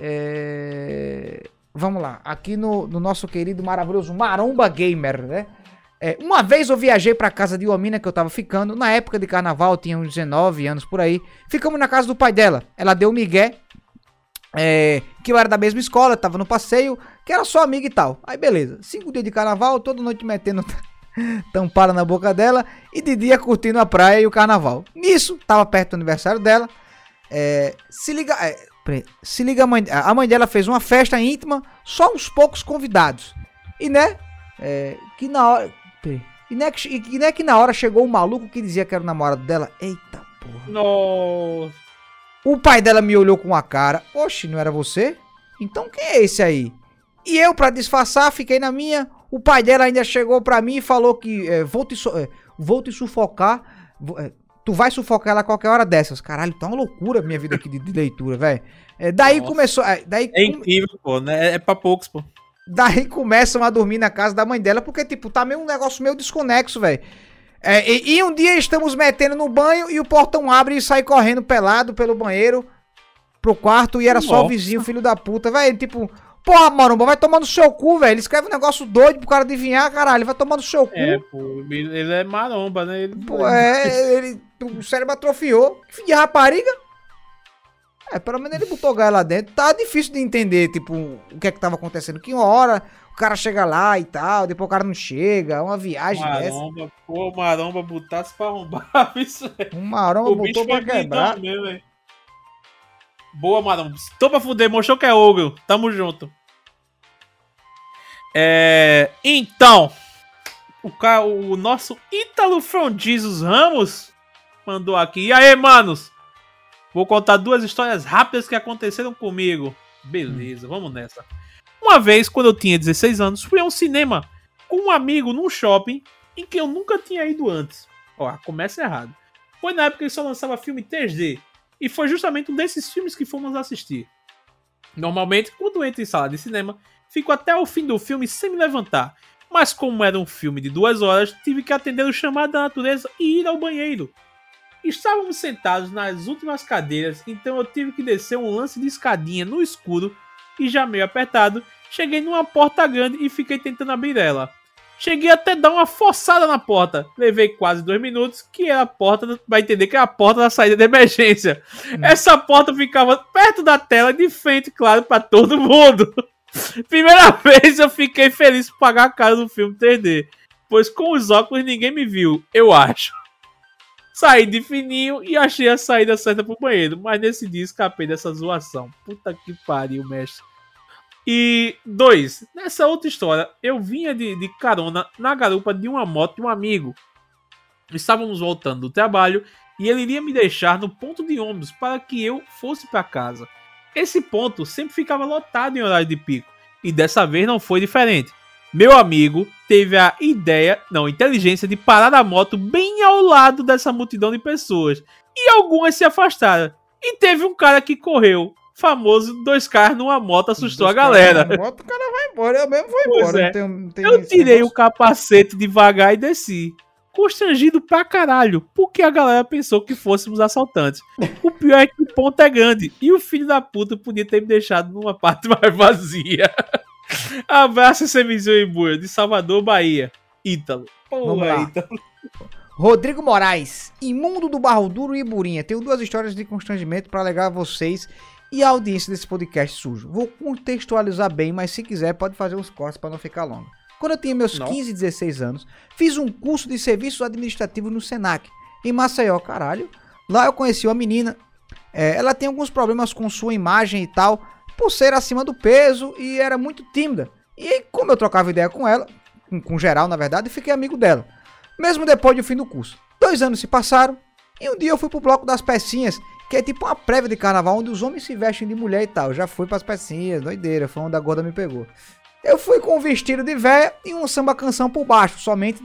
Vamos lá. Aqui no nosso querido, maravilhoso Maromba Gamer, né? Uma vez eu viajei pra casa de uma mina que eu tava ficando. Na época de carnaval, tinha uns 19 anos por aí. Ficamos na casa do pai dela. Ela deu migué. Que eu era da mesma escola, tava no passeio. Que era só amiga e tal. Aí beleza. 5 dias de carnaval, toda noite metendo tampada na boca dela. E de dia curtindo a praia e o carnaval. Nisso, tava perto do aniversário dela. Se liga, a mãe dela fez uma festa íntima. Só uns poucos convidados. E né, que na hora... E não é que na hora chegou um maluco que dizia que era o namorado dela. Eita porra. Nossa. O pai dela me olhou com a cara. Oxe, não era você? Então quem é esse aí? E eu, pra disfarçar, fiquei na minha. O pai dela ainda chegou pra mim e falou que vou te sufocar. Tu vai sufocar ela a qualquer hora dessas. Caralho, tá uma loucura a minha vida aqui de leitura, velho. Daí Nossa. começou... É incrível, pô, né? É pra poucos, pô. Daí começam a dormir na casa da mãe dela, porque, tipo, tá meio um negócio meio desconexo, velho. E um dia estamos metendo no banho e o portão abre e sai correndo pelado pelo banheiro pro quarto e era só o vizinho, filho da puta, velho. Tipo, porra, Maromba, vai tomar no seu cu, velho. Ele escreve um negócio doido pro cara adivinhar, caralho. Vai tomar no seu cu. Pô, ele é maromba, né? Pô, o cérebro atrofiou. Que filho de rapariga. Pelo menos ele botou gás lá dentro. Tá difícil de entender, tipo, o que é que tava acontecendo. Que uma hora o cara chega lá e tal, depois o cara não chega. Uma viagem maromba, dessa. Pô, o Maromba botasse pra arrombar isso, velho. Um Maromba botou pra quebrar. Mesmo, boa, Maromba. Tô pra fuder, mostrou que é ogro. Tamo junto. Então, o nosso Ítalo From Jesus Ramos mandou aqui. E aí, manos? Vou contar 2 histórias rápidas que aconteceram comigo. Beleza, vamos nessa. Uma vez, quando eu tinha 16 anos, fui a um cinema com um amigo num shopping em que eu nunca tinha ido antes. Ó, começa errado. Foi na época que só lançava filme 3D. E foi justamente um desses filmes que fomos assistir. Normalmente, quando entro em sala de cinema, fico até o fim do filme sem me levantar. Mas como era um filme de 2 horas, tive que atender o chamado da natureza e ir ao banheiro. Estávamos sentados nas últimas cadeiras, então eu tive que descer um lance de escadinha no escuro e já meio apertado, cheguei numa porta grande e fiquei tentando abrir ela. Cheguei até dar uma forçada na porta, levei quase 2 minutos, que era a porta, vai entender que é a porta da saída de emergência. Essa porta ficava perto da tela, de frente, claro, para todo mundo. Primeira vez eu fiquei feliz por pagar a cara do filme 3D, pois com os óculos ninguém me viu, eu acho. Saí de fininho e achei a saída certa pro banheiro, mas nesse dia escapei dessa zoação. Puta que pariu, mestre. E 2, nessa outra história, eu vinha de carona na garupa de uma moto de um amigo. Estávamos voltando do trabalho e ele iria me deixar no ponto de ônibus para que eu fosse para casa. Esse ponto sempre ficava lotado em horário de pico, e dessa vez não foi diferente. Meu amigo teve a inteligência de parar a moto bem ao lado dessa multidão de pessoas. E algumas se afastaram. E teve um cara que correu. Famoso 2 caras numa moto assustou a galera. Moto, o cara vai embora, eu mesmo vou embora. Eu tirei o capacete devagar e desci. Constrangido pra caralho, porque a galera pensou que fôssemos assaltantes. O pior é que o ponto é grande. E o filho da puta podia ter me deixado numa parte mais vazia. Abraço, Semizinho e Buia, de Salvador, Bahia. Ítalo. Vamos lá. Ítalo. Rodrigo Moraes, Imundo do Barro Duro e Burinha. Tenho 2 histórias de constrangimento para alegar a vocês e a audiência desse podcast sujo. Vou contextualizar bem, mas se quiser pode fazer uns cortes para não ficar longo. Quando eu tinha meus 15 e 16 anos, fiz um curso de serviços administrativos no Senac, em Maceió, caralho. Lá eu conheci uma menina, ela tem alguns problemas com sua imagem e tal, por ser acima do peso e era muito tímida. E aí, como eu trocava ideia com ela, com geral na verdade, fiquei amigo dela. Mesmo depois do fim do curso. 2 anos se passaram e um dia eu fui pro bloco das pecinhas, que é tipo uma prévia de carnaval onde os homens se vestem de mulher e tal. Eu já fui pras pecinhas, doideira, foi onde a gorda me pegou. Eu fui com um vestido de véia e um samba canção por baixo, somente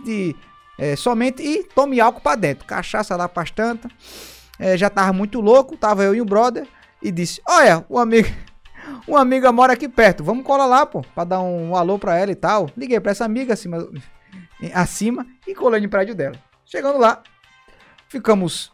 e tome álcool pra dentro. Cachaça lá pras tantas. Já tava muito louco, tava eu e o brother e disse: olha, uma amiga mora aqui perto, vamos colar lá, pô, pra dar um alô pra ela e tal. Liguei pra essa amiga acima e colei no prédio dela. Chegando lá, ficamos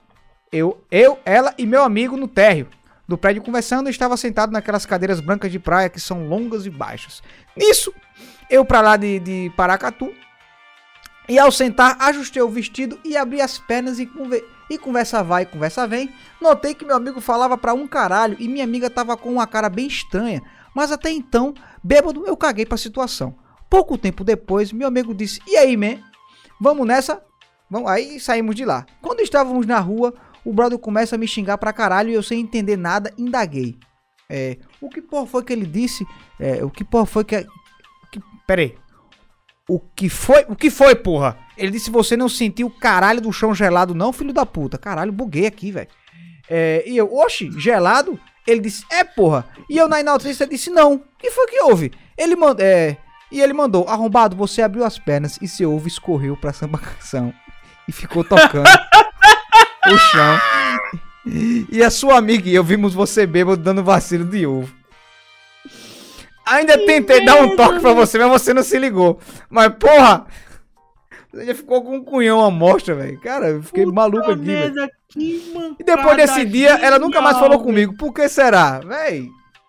ela e meu amigo no térreo do prédio conversando. Eu estava sentado naquelas cadeiras brancas de praia que são longas e baixas. Nisso, eu pra lá de Paracatu, e ao sentar, ajustei o vestido e abri as pernas e conversa vai, conversa vem. Notei que meu amigo falava pra um caralho e minha amiga tava com uma cara bem estranha, mas até então, bêbado, eu caguei pra situação. Pouco tempo depois, meu amigo disse: e aí, man? Vamos nessa? Aí saímos de lá. Quando estávamos na rua, o brother começa a me xingar pra caralho e eu sem entender nada, indaguei. O que porra foi que ele disse? Peraí. O que foi, porra? Ele disse: você não sentiu o caralho do chão gelado não, filho da puta? Caralho, buguei aqui, velho. E eu, oxe, gelado? Ele disse: porra. E eu na inaudiência disse: não. O que foi que houve? E ele mandou: arrombado, você abriu as pernas e seu ovo escorreu pra samba canção e ficou tocando. o chão. E a sua amiga e eu vimos você bêbado dando vacilo de ovo. Ainda tentei dar um toque pra você, mas você não se ligou. Mas, porra, você já ficou com um cunhão à mostra, velho. Cara, eu fiquei maluco aqui, velho. E depois desse dia, ela nunca mais falou comigo. Por que será, velho?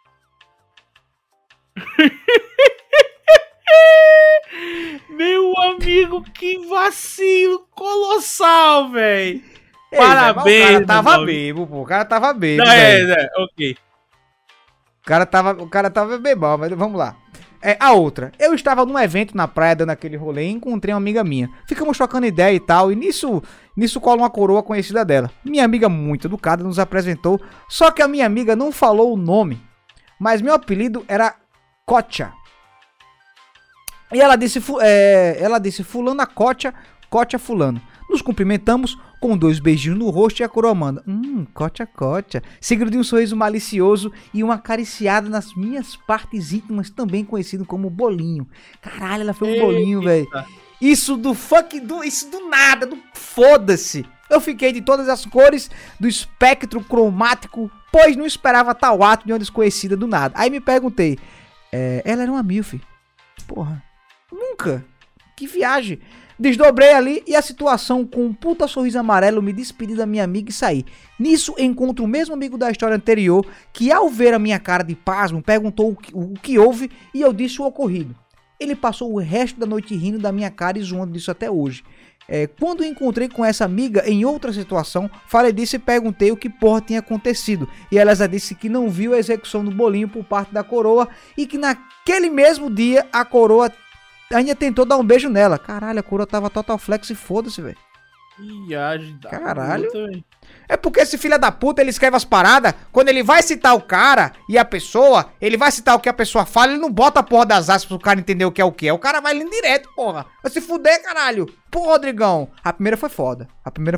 Meu amigo, que vacilo colossal, velho. Parabéns. O cara tava bêbado, pô. O cara tava bêbado. Ok. O cara tava bebão, mas vamos lá. A outra. Eu estava num evento na praia dando aquele rolê e encontrei uma amiga minha. Ficamos trocando ideia e tal, e nisso cola uma coroa conhecida dela. Minha amiga, muito educada, nos apresentou, só que a minha amiga não falou o nome, mas meu apelido era Cocha. E ela disse fulana Cocha, Cocha fulano. Nos cumprimentamos com 2 beijinhos no rosto e a coroa manda. Cocha, Cocha. Seguido de um sorriso malicioso e uma acariciada nas minhas partes íntimas, também conhecido como bolinho. Caralho, ela foi um bolinho, velho. Isso do nada, do foda-se. Eu fiquei de todas as cores do espectro cromático, pois não esperava tal ato de uma desconhecida do nada. Aí me perguntei, ela era uma milf. Porra, nunca. Que viagem. Desdobrei ali e a situação com um puta sorriso amarelo me despedi da minha amiga e saí. Nisso encontro o mesmo amigo da história anterior que ao ver a minha cara de pasmo perguntou o que houve e eu disse o ocorrido. Ele passou o resto da noite rindo da minha cara e zoando disso até hoje. Quando encontrei com essa amiga em outra situação, falei disso e perguntei o que porra tinha acontecido. E ela já disse que não viu a execução do bolinho por parte da coroa e que naquele mesmo dia a coroa ainda tentou dar um beijo nela. Caralho, a coroa tava total flex e foda-se, velho. Viagem da Caralho. puta, véio. É porque esse filho da puta, ele escreve as paradas, quando ele vai citar o cara e a pessoa, ele vai citar o que a pessoa fala, ele não bota a porra das aspas pro cara entender o que é o que é. O cara vai lendo direto, porra. Vai se fuder, caralho. Pô, Rodrigão. A primeira foi foda. A primeira,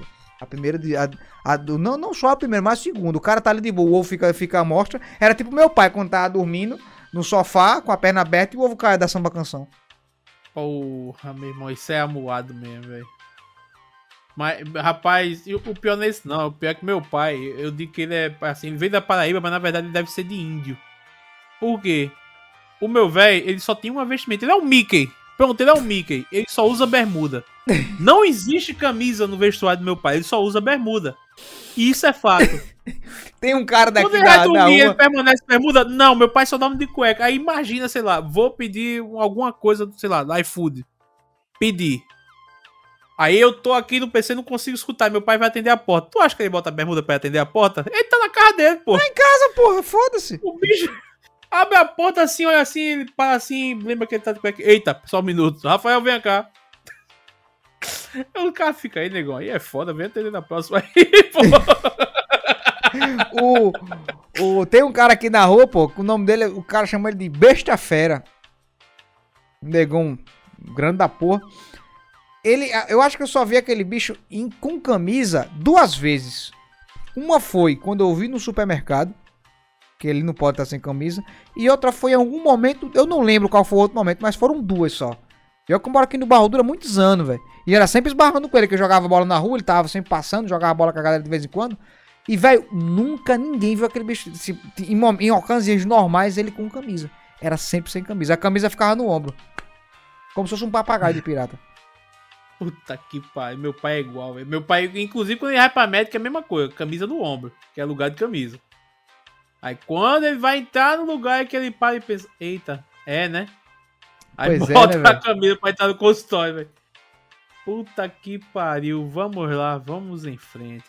não só a primeira, mas a segunda. O cara tá ali de boa, o ovo fica à mostra. Era tipo meu pai, quando tava dormindo no sofá, com a perna aberta e o ovo caia da samba canção. Porra, meu irmão, isso é amuado mesmo, velho. Mas, rapaz, o pior não é isso não. O pior é que meu pai, eu digo que ele é assim, ele veio da Paraíba, mas na verdade ele deve ser de índio. Por quê? O meu velho, ele só tem uma vestimenta. Ele é um Mickey. Pronto, ele é um Mickey. Ele só usa bermuda. Não existe camisa no vestuário do meu pai. Ele só usa bermuda. E isso é fato. Tem um cara daqui quando ele vai dormir, ele permanece bermuda? Não, meu pai só dorme de cueca. Aí imagina, sei lá, vou pedir alguma coisa, sei lá, da iFood. Pedir. Aí eu tô aqui no PC e não consigo escutar. Meu pai vai atender a porta. Tu acha que ele bota a bermuda pra atender a porta? Ele tá na casa dele, pô. Tá em casa, porra, foda-se. O bicho abre a porta assim, olha assim, ele para assim, lembra que ele tá de cueca. Eita, só um minuto. Rafael, vem cá. O cara fica aí, negão. Aí é foda, vem atender na próxima aí, pô. Tem um cara aqui na rua, pô, que o nome dele, o cara chama ele de Besta Fera. Um negão grande da porra. Eu acho que eu só vi aquele bicho com camisa 2 vezes. Uma foi quando eu vi no supermercado, que ele não pode estar sem camisa. E outra foi em algum momento, eu não lembro qual foi o outro momento, mas foram 2 só. Eu que moro aqui no Barro Duro há muitos anos, velho. E era sempre esbarrando com ele, que eu jogava bola na rua, ele tava sempre passando, jogava bola com a galera de vez em quando. E, velho, nunca ninguém viu aquele bicho. Em ocasiões normais, ele com camisa. Era sempre sem camisa. A camisa ficava no ombro. Como se fosse um papagaio de pirata. Puta que pariu, meu pai é igual, velho. Meu pai, inclusive, quando ele vai pra médica, é a mesma coisa, camisa no ombro, que é lugar de camisa. Aí quando ele vai entrar no lugar é que ele para e pensa, eita, né? Aí pois bota né, a camisa pra entrar no consultório, velho. Puta que pariu, vamos lá, vamos em frente.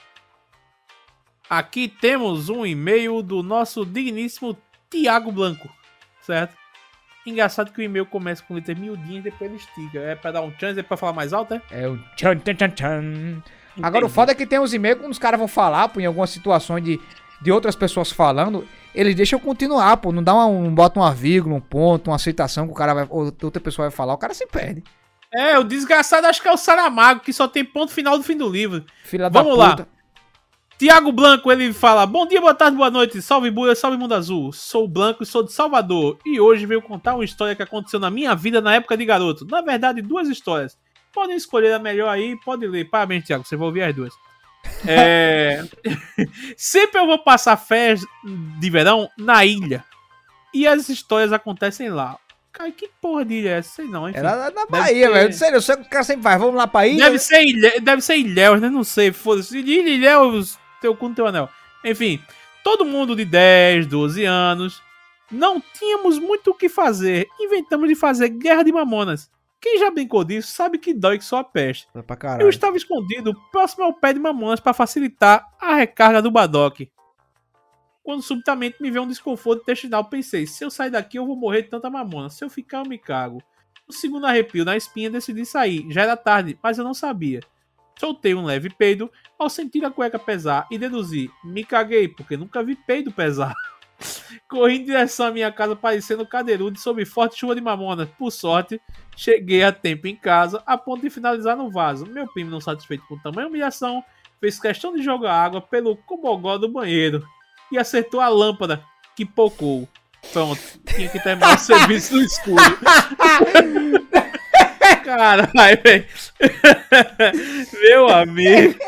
Aqui temos um e-mail do nosso digníssimo Thiago Blanco, certo? Engraçado que o e-mail começa com letras miudinhas e depois ele estica. É pra dar um chance, é pra falar mais alto, é? É o tchan, tchan, tchan, tchan. Agora o foda é que tem uns e-mails quando os caras vão falar, pô, em algumas situações de outras pessoas falando, eles deixam continuar, pô, não dá bota uma vírgula, um ponto, uma aceitação que o cara vai, ou outra pessoa vai falar, o cara se perde. O desgraçado acho que é o Saramago, que só tem ponto final do fim do livro. Filha da puta. Vamos lá. Tiago Blanco, ele fala, bom dia, boa tarde, boa noite, salve Buia, salve Mundo Azul, sou o Blanco e sou de Salvador, e hoje veio contar uma história que aconteceu na minha vida na época de garoto, na verdade 2 histórias, podem escolher a melhor aí, pode ler, parabéns Tiago, você vai ouvir as 2. Sempre eu vou passar férias de verão na ilha. E as histórias acontecem lá. Cara, que porra de ilha é essa? Sei não, enfim. Era na Bahia, velho. Sério, eu sei que o cara sempre vai. Vamos lá pra ilha. Deve ser Ilhéus, né? Não sei. Foda-se. Ilhéus, teu cu no teu anel. Enfim, todo mundo de 10, 12 anos. Não tínhamos muito o que fazer. Inventamos de fazer Guerra de Mamonas. Quem já brincou disso sabe que dói que só a peste. Pra caralho. Eu estava escondido próximo ao pé de Mamonas para facilitar a recarga do Badoc. Quando subitamente me veio um desconforto intestinal, pensei, se eu sair daqui eu vou morrer de tanta mamona, se eu ficar eu me cago. No segundo arrepio na espinha decidi sair, já era tarde, mas eu não sabia. Soltei um leve peido ao sentir a cueca pesar e deduzi, me caguei porque nunca vi peido pesar. Corri em direção à minha casa parecendo cadeirudo sob forte chuva de mamonas. Por sorte, cheguei a tempo em casa a ponto de finalizar no vaso. Meu primo, não satisfeito com tamanha humilhação, fez questão de jogar água pelo cobogó do banheiro e acertou a lâmpada, que pocou. Pronto, tinha que terminar o serviço no escuro. Caralho, velho. Meu amigo.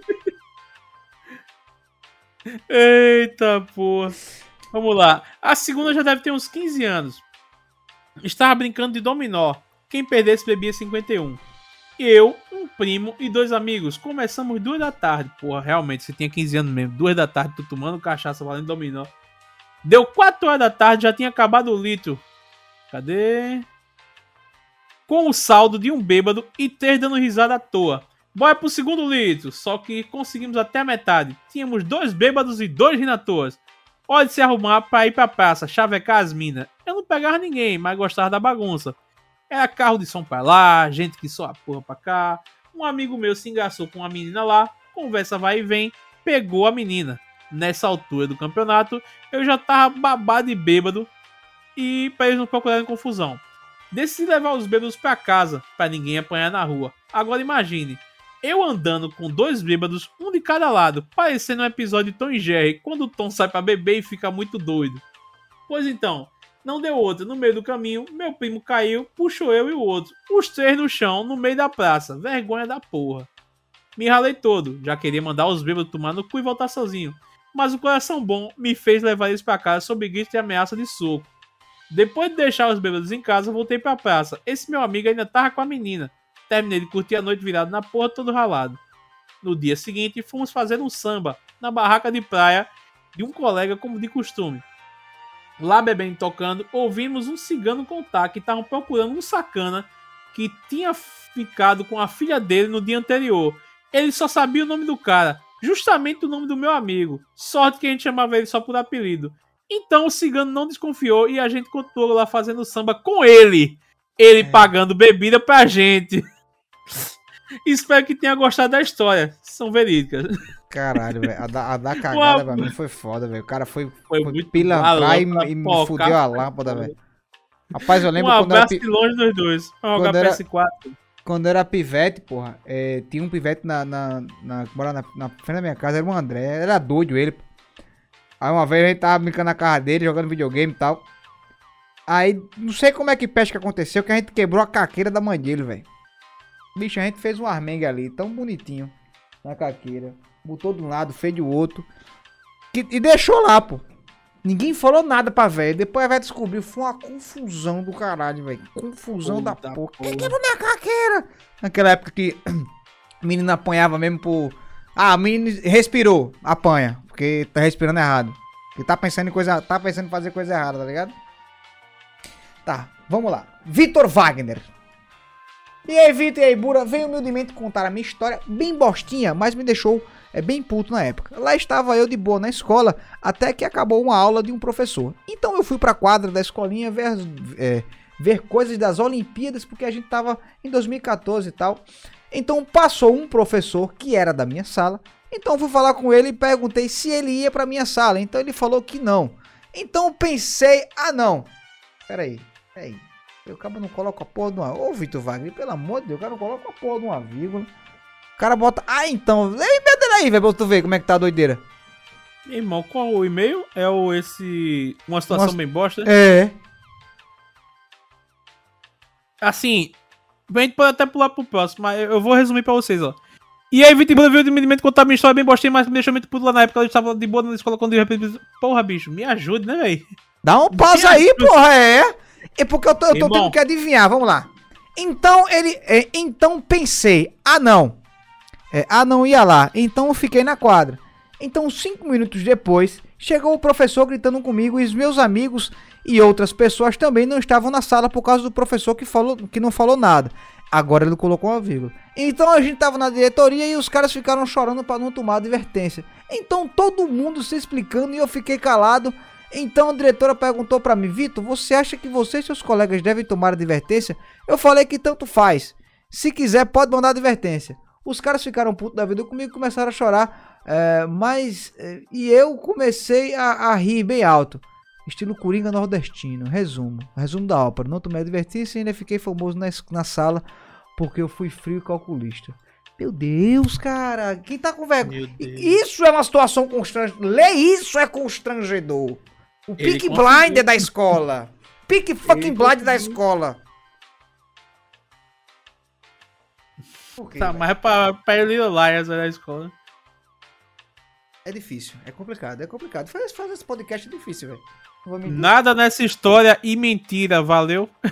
Eita porra. Vamos lá. A segunda já deve ter uns 15 anos. Estava brincando de dominó. Quem perdesse bebia 51. Eu, um primo e 2 amigos. Começamos 2 da tarde. Porra, realmente, você tinha 15 anos mesmo. 2 da tarde, tu tomando cachaça, valendo dominó. Deu 4 horas da tarde, já tinha acabado o litro. Cadê? Com o saldo de um bêbado e 3 dando risada à toa. Bora pro segundo litro. Só que conseguimos até a metade. Tínhamos 2 bêbados e 2 rindo à toa. Hora de se arrumar pra ir pra praça, chavecar as minas. Eu não pegava ninguém, mas gostava da bagunça. Era carro de som pra lá, gente que só a porra pra cá. Um amigo meu se engraçou com uma menina lá, conversa vai e vem, pegou a menina. Nessa altura do campeonato, eu já tava babado e bêbado e pra eles não procurarem confusão. Decidi levar os bêbados pra casa, pra ninguém apanhar na rua. Agora imagine, eu andando com 2 bêbados, um de cada lado, parecendo um episódio de Tom e Jerry, quando o Tom sai pra beber e fica muito doido. Pois então, não deu outra. No meio do caminho, meu primo caiu, puxou eu e o outro. Os 3 no chão, no meio da praça. Vergonha da porra. Me ralei todo. Já queria mandar os bêbados tomar no cu e voltar sozinho. Mas o coração bom me fez levar eles pra casa sob grito e ameaça de soco. Depois de deixar os bêbados em casa, voltei pra praça. Esse meu amigo ainda tava com a menina. Terminei de curtir a noite virado na porra, todo ralado. No dia seguinte, fomos fazer um samba na barraca de praia de um colega como de costume. Lá bebendo e tocando, ouvimos um cigano contar que estavam procurando um sacana que tinha ficado com a filha dele no dia anterior. Ele só sabia o nome do cara, justamente o nome do meu amigo. Sorte que a gente chamava ele só por apelido. Então o cigano não desconfiou e a gente continuou lá fazendo samba com ele. Ele pagando bebida pra gente. Espero que tenha gostado da história. São verídicas. Caralho, velho. A da cagada pra mim foi foda, velho. O cara foi muito pilantrar e me fudeu a lâmpada, velho. Rapaz, eu lembro quando era... de longe dos dois. Vamos jogar PS4. Quando eu era pivete, porra, tinha um pivete morava na frente da minha casa, era o André. Era doido ele. Aí uma vez a gente tava brincando na casa dele, jogando videogame e tal. Aí, não sei como é que peste que aconteceu, que a gente quebrou a caqueira da mãe dele, velho. Bicho, a gente fez um armengue ali, tão bonitinho, na caqueira. Botou de um lado, fez do outro. E deixou lá, pô. Ninguém falou nada pra velho. Depois a velho descobriu. Foi uma confusão do caralho, velho. Confusão da porra. Quem quebrou minha caqueira? Naquela época que a menina apanhava mesmo por... Ah, a menina respirou, apanha. Porque tá respirando errado. Porque tá pensando em fazer coisa errada, tá ligado? Tá, vamos lá. Vitor Wagner. E aí, Vitor e aí, Bura, veio humildemente contar a minha história, bem bostinha, mas me deixou bem puto na época. Lá estava eu de boa na escola, até que acabou uma aula de um professor. Então eu fui pra quadra da escolinha ver coisas das Olimpíadas, porque a gente tava em 2014 e tal. Então passou um professor que era da minha sala, então eu fui falar com ele e perguntei se ele ia pra minha sala. Então ele falou que não. Então eu pensei, não. Peraí. O cara não coloca a porra de uma... Ô, Vitor Wagner, pelo amor de Deus, o cara não coloca a porra de uma vírgula. O cara bota... então... Me dá aí, velho, pra tu ver como é que tá a doideira. Irmão, qual o e-mail? É uma situação bem bosta? É. Assim, a gente pode até pular pro próximo, mas eu vou resumir pra vocês, ó. E aí, Vitor veio de me contar minha história bem bostinha, mas me deixou muito puto lá na época. Eu estava de boa na escola quando de repente. Porra, bicho, me ajude, né, velho? Dá um pause aí, porra, É porque eu tô tendo que adivinhar, vamos lá. Então então pensei, não ia lá, então eu fiquei na quadra. Então 5 minutos depois, chegou o professor gritando comigo e os meus amigos e outras pessoas também não estavam na sala por causa do professor que não falou nada. Agora ele colocou uma vírgula. Então a gente tava na diretoria e os caras ficaram chorando pra não tomar advertência. Então todo mundo se explicando e eu fiquei calado. Então a diretora perguntou pra mim: Vitor, você acha que você e seus colegas devem tomar advertência? Eu falei que tanto faz. Se quiser pode mandar advertência. Os caras ficaram putos da vida comigo e começaram a chorar. E eu comecei a rir bem alto. Estilo Coringa nordestino. Resumo da ópera. Não tomei advertência e ainda fiquei famoso na sala porque eu fui frio e calculista. Meu Deus, cara. Quem tá com vergonha? Isso é uma situação constrangedora. Ler isso é constrangedor. O Peaky Blinder da escola. Peaky fucking Blinder da escola. Tá, mas é pra ele Liars da escola. É difícil, é complicado. Fazer esse podcast é difícil, velho. Nada nessa história e mentira, valeu?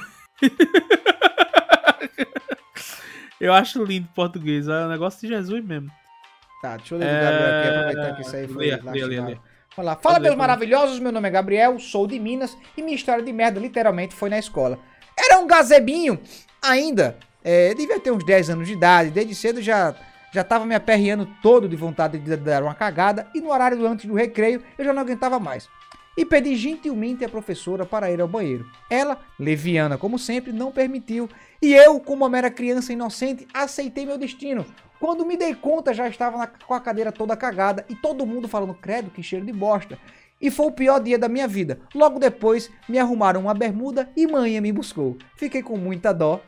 Eu acho lindo português, é um negócio de Jesus mesmo. Tá, deixa eu ler o Gabriel aqui, aproveitar que isso aí foi Lê. Vamos lá. Fala, meus maravilhosos, meu nome é Gabriel, sou de Minas e minha história de merda literalmente foi na escola. Era um gazebinho ainda, devia ter uns 10 anos de idade, desde cedo já tava me aperreando todo de vontade de dar uma cagada e no horário antes do recreio eu já não aguentava mais. E pedi gentilmente à professora para ir ao banheiro. Ela, leviana como sempre, não permitiu. E eu, como uma mera criança inocente, aceitei meu destino. Quando me dei conta, já estava com a cadeira toda cagada e todo mundo falando, credo, que cheiro de bosta. E foi o pior dia da minha vida. Logo depois, me arrumaram uma bermuda e manhã me buscou. Fiquei com muita dó.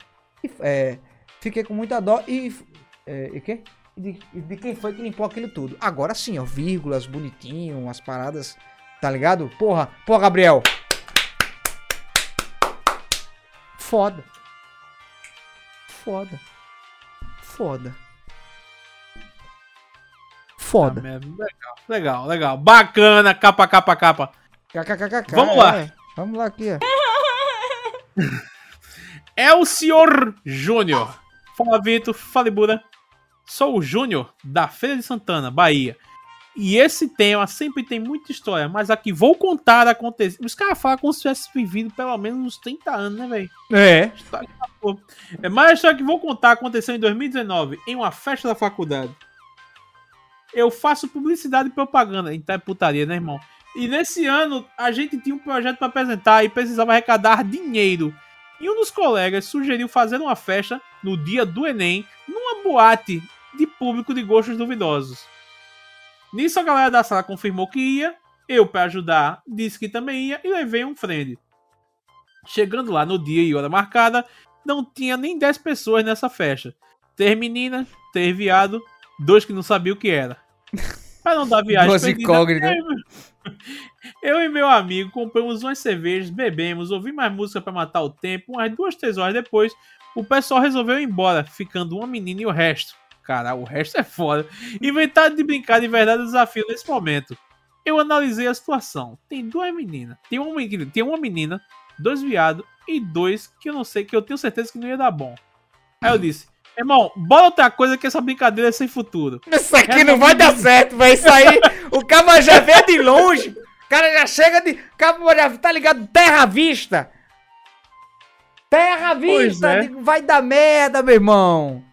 De quem foi que limpou aquilo tudo. Agora sim, ó, vírgulas, bonitinho, umas paradas... Tá ligado? Porra, Gabriel. Foda. Legal. Bacana, capa. KKKK. Vamos lá. Vamos lá aqui, ó. É o senhor Júnior. Fala, Vitor. Fala, Buda. Sou o Júnior, da Feira de Santana, Bahia. E esse tema sempre tem muita história, mas aqui vou contar acontecer. Os caras falam como se tivesse vivido pelo menos uns 30 anos, né, velho? Mas a história que vou contar aconteceu em 2019, em uma festa da faculdade. Eu faço publicidade e propaganda, então é putaria, né, irmão? E nesse ano, a gente tinha um projeto para apresentar e precisava arrecadar dinheiro. E um dos colegas sugeriu fazer uma festa no dia do Enem, numa boate de público de gostos duvidosos. Nisso a galera da sala confirmou que ia, eu pra ajudar disse que também ia e levei um friend. Chegando lá no dia e hora marcada, não tinha nem 10 pessoas nessa festa. 3 meninas, 3 viado, 2 que não sabiam o que era. Pra não dar viagem perdida, eu e meu amigo compramos umas cervejas, bebemos, ouvimos mais música pra matar o tempo. Umas 2, 3 horas depois, o pessoal resolveu ir embora, ficando uma menina e o resto. Cara, o resto é foda. Inventaram de brincar de verdade o desafio nesse momento. Eu analisei a situação. Tem 2 meninas. Tem uma menina, 2 viados e 2 que eu não sei, que eu tenho certeza que não ia dar bom. Aí eu disse, irmão, bora outra coisa que essa brincadeira é sem futuro. Isso aqui não vai dar certo, velho. Isso aí, o cara já vê de longe. O cara já chega de... O cara já tá ligado? Terra à vista. Terra à vista. Vai dar merda, meu irmão.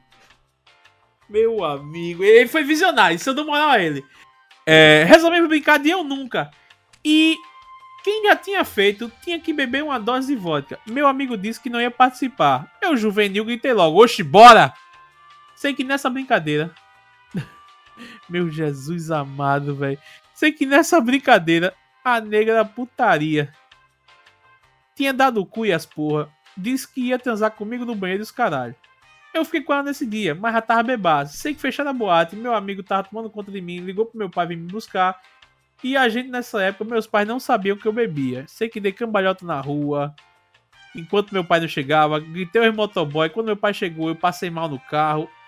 Meu amigo, ele foi visionário, isso eu dou moral a ele. Resolvemos brincar de eu nunca. E quem já tinha feito tinha que beber uma dose de vodka. Meu amigo disse que não ia participar. Eu, juvenil, gritei logo, oxe, bora! Sei que nessa brincadeira... Meu Jesus amado, velho. Sei que nessa brincadeira, a negra da putaria tinha dado o cu e as porra. Disse que ia transar comigo no banheiro dos caralho. Eu fiquei com ela nesse dia, mas já tava bebaço. Sei que fecharam a boate, meu amigo tava tomando conta de mim, ligou pro meu pai vir me buscar. E a gente nessa época, meus pais não sabiam que eu bebia. Sei que dei cambalhota na rua, enquanto meu pai não chegava, gritei o motoboy. Quando meu pai chegou, eu passei mal no carro.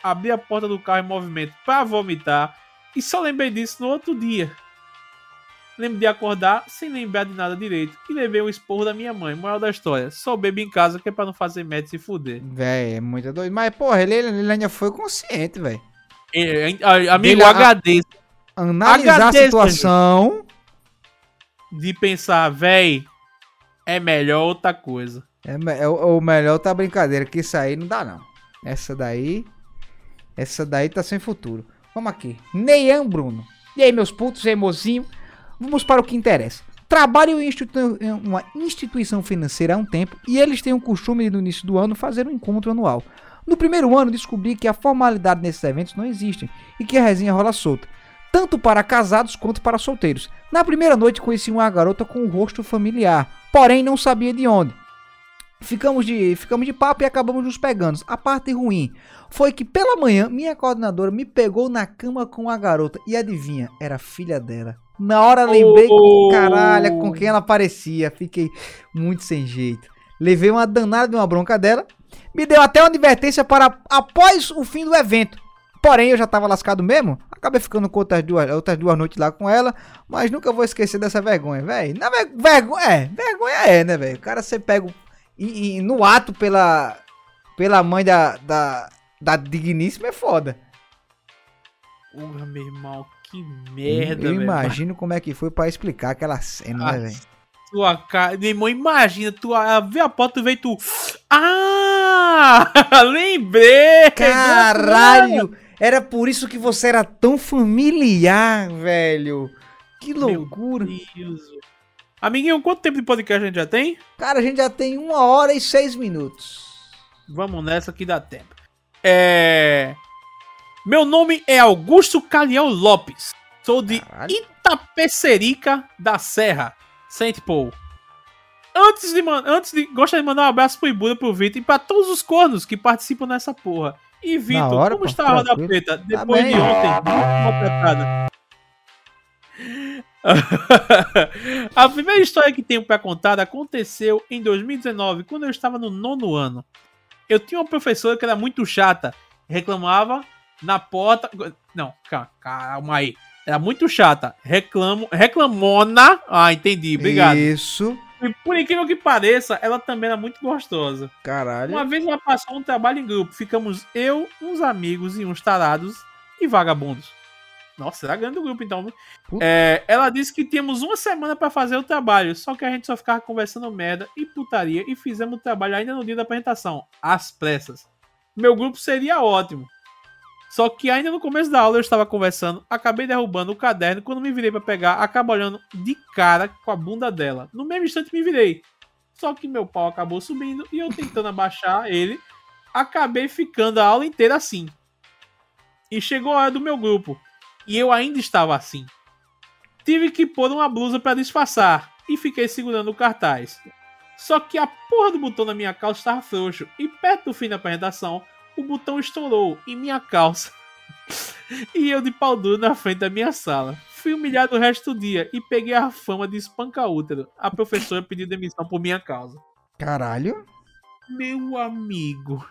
abri a porta do carro em movimento pra vomitar e só lembrei disso no outro dia. Lembro de acordar sem lembrar de nada direito e levei um esporro da minha mãe. Moral da história, só bebo em casa que é pra não fazer merda e se fuder. Véi, é muito doido. Mas, porra, ele ainda foi consciente, velho. Amigo, agradeço. Analisar a situação. De pensar, véi, é melhor outra coisa. O melhor tá brincadeira, que isso aí não dá, não. Essa daí tá sem futuro. Vamos aqui. Neian Bruno. E aí, meus putos, e aí, mocinho? Vamos para o que interessa. Trabalho em uma instituição financeira há um tempo e eles têm o costume de, no início do ano, fazer um encontro anual. No primeiro ano, descobri que a formalidade nesses eventos não existe e que a resenha rola solta, tanto para casados quanto para solteiros. Na primeira noite, conheci uma garota com um rosto familiar, porém não sabia de onde. Ficamos de papo e acabamos nos pegando. A parte ruim foi que pela manhã minha coordenadora me pegou na cama com a garota e adivinha, era filha dela. Na hora lembrei caralho, com quem ela parecia. Fiquei muito sem jeito. Levei uma danada de uma bronca dela. Me deu até uma advertência para após o fim do evento. Porém, eu já tava lascado mesmo. Acabei ficando com outras duas noites lá com ela. Mas nunca vou esquecer dessa vergonha, velho. Vergonha né, velho? O cara ser pego no ato pela mãe da digníssima é foda. Porra, meu irmão, que merda, velho. Eu véio. imagino como é que foi pra explicar aquela cena, né, velho? Tua cara. Meu irmão, imagina, tu vê a foto e vê tu. Ah! Lembrei! Caralho! Era por isso que você era tão familiar, velho. Que loucura. Meu Deus. Amiguinho, quanto tempo de podcast a gente já tem? Cara, a gente já tem 1 hora e 6 minutos. Vamos nessa que dá tempo. Meu nome é Augusto Calião Lopes. Sou de Itapecerica da Serra, Saint Paul. Gostaria de mandar um abraço pro Ibuda, pro Vitor e pra todos os cornos que participam nessa porra. E Vitor, como está a Roda Preta depois de ontem? A primeira história que tenho pra contar aconteceu em 2019, quando eu estava no 9º ano. Eu tinha uma professora que era muito chata, reclamava na porta. Não, calma aí. Era muito chata. Reclamona. Ah, entendi. Obrigado. Isso. E por incrível que pareça, ela também era muito gostosa. Caralho. Uma vez ela passou um trabalho em grupo. Ficamos eu, uns amigos e uns tarados e vagabundos. Nossa, era grande o grupo então. Ela disse que tínhamos 1 semana pra fazer o trabalho. Só que a gente só ficava conversando merda e putaria. E fizemos o trabalho ainda no dia da apresentação. Às pressas. Meu grupo seria ótimo. Só que ainda no começo da aula eu estava conversando, acabei derrubando o caderno, quando me virei para pegar, acabo olhando de cara com a bunda dela. No mesmo instante me virei. Só que meu pau acabou subindo e eu tentando abaixar ele, acabei ficando a aula inteira assim. E chegou a hora do meu grupo, e eu ainda estava assim. Tive que pôr uma blusa para disfarçar, e fiquei segurando o cartaz. Só que a porra do botão da minha calça estava frouxo, e perto do fim da apresentação, o botão estourou em minha calça e eu de pau duro na frente da minha sala. Fui humilhado o resto do dia e peguei a fama de espanca-útero. A professora pediu demissão por minha causa. Caralho. Meu amigo.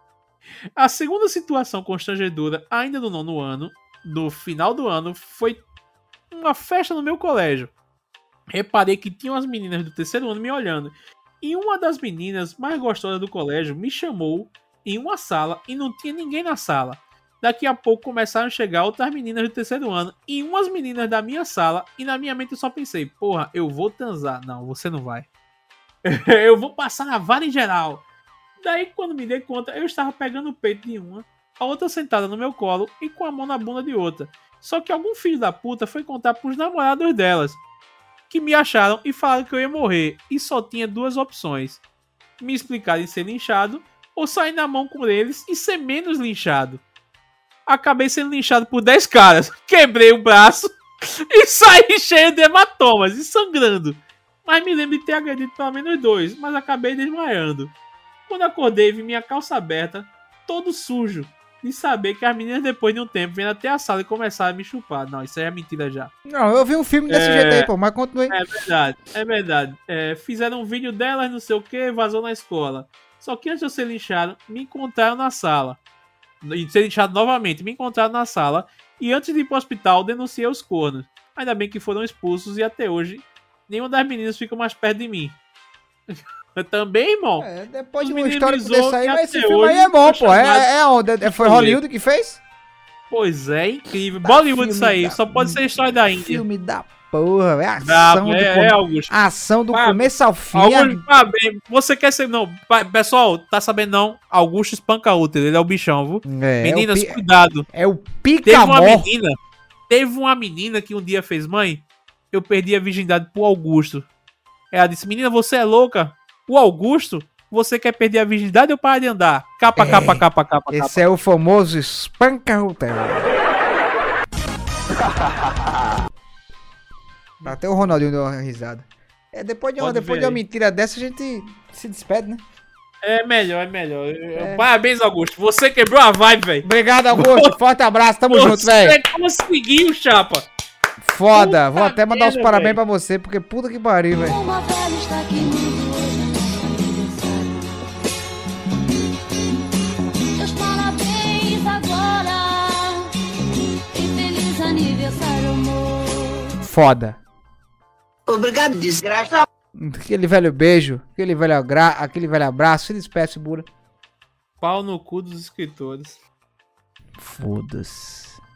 A segunda situação constrangedora, ainda no 9º ano, no final do ano, foi uma festa no meu colégio. Reparei que tinha umas meninas do 3º ano me olhando. E uma das meninas mais gostosas do colégio me chamou em uma sala e não tinha ninguém na sala. Daqui a pouco começaram a chegar outras meninas do 3º ano e umas meninas da minha sala, e na minha mente eu só pensei, porra, eu vou transar. Não, você não vai. Eu vou passar na vara em geral. Daí quando me dei conta, eu estava pegando o peito de uma, a outra sentada no meu colo e com a mão na bunda de outra. Só que algum filho da puta foi contar pros namorados delas, que me acharam e falaram que eu ia morrer, e só tinha 2 opções: me explicarem ser linchado ou sair na mão com eles e ser menos linchado. Acabei sendo linchado por 10 caras, quebrei o braço e saí cheio de hematomas e sangrando. Mas me lembro de ter agredido pelo menos 2, mas acabei desmaiando. Quando acordei, vi minha calça aberta, todo sujo, de saber que as meninas depois de um tempo vêm até a sala e começaram a me chupar. Não, isso aí é mentira já. Não, eu vi um filme desse jeito aí, pô, mas continue. É verdade. Fizeram um vídeo delas, não sei o que, vazou na escola. Só que antes de eu ser linchado, me encontraram na sala. e ser linchado novamente. Me encontraram na sala e antes de ir pro hospital denunciei os cornos. Ainda bem que foram expulsos e até hoje nenhuma das meninas fica mais perto de mim. Também, irmão. Depois de Os uma história meninos desse aí, e mas esse até filme aí hoje é bom, foi pô. chamado Foi Hollywood que fez? Pois é, incrível. Bollywood isso aí, filme só pode ser história da Índia. Filme da porra, velho. Augusto. Ação do Parabéns. começo ao fim. Augusto, parabéns. Você quer ser. Não, pessoal, tá sabendo não? Augusto espanca útero, ele é o bichão, viu? Meninas, cuidado. É o Teve pica-mó. uma menina que um dia fez, mãe, eu perdi a virgindade pro Augusto. Ela disse, menina, você é louca? O Augusto, você quer perder a virgindade ou parar de andar? Capa. Esse é o famoso espanca útero. Até o Ronaldinho deu uma risada. Depois de uma mentira dessa, a gente se despede, né? É melhor. Parabéns, Augusto. Você quebrou a vibe, velho. Obrigado, Augusto. Forte abraço. Tamo junto, velho. Você conseguiu, chapa. Foda. Puta Vou até mandar os merda, parabéns véio. pra você, porque puta que pariu, velho. Uma velha está aqui comigo hoje é nosso aniversário. Meus parabéns agora e feliz aniversário, amor. Foda. Obrigado, desgraça. Aquele velho beijo, aquele velho abraço. Se despece, Bura. Pau no cu dos escritores. Foda-se.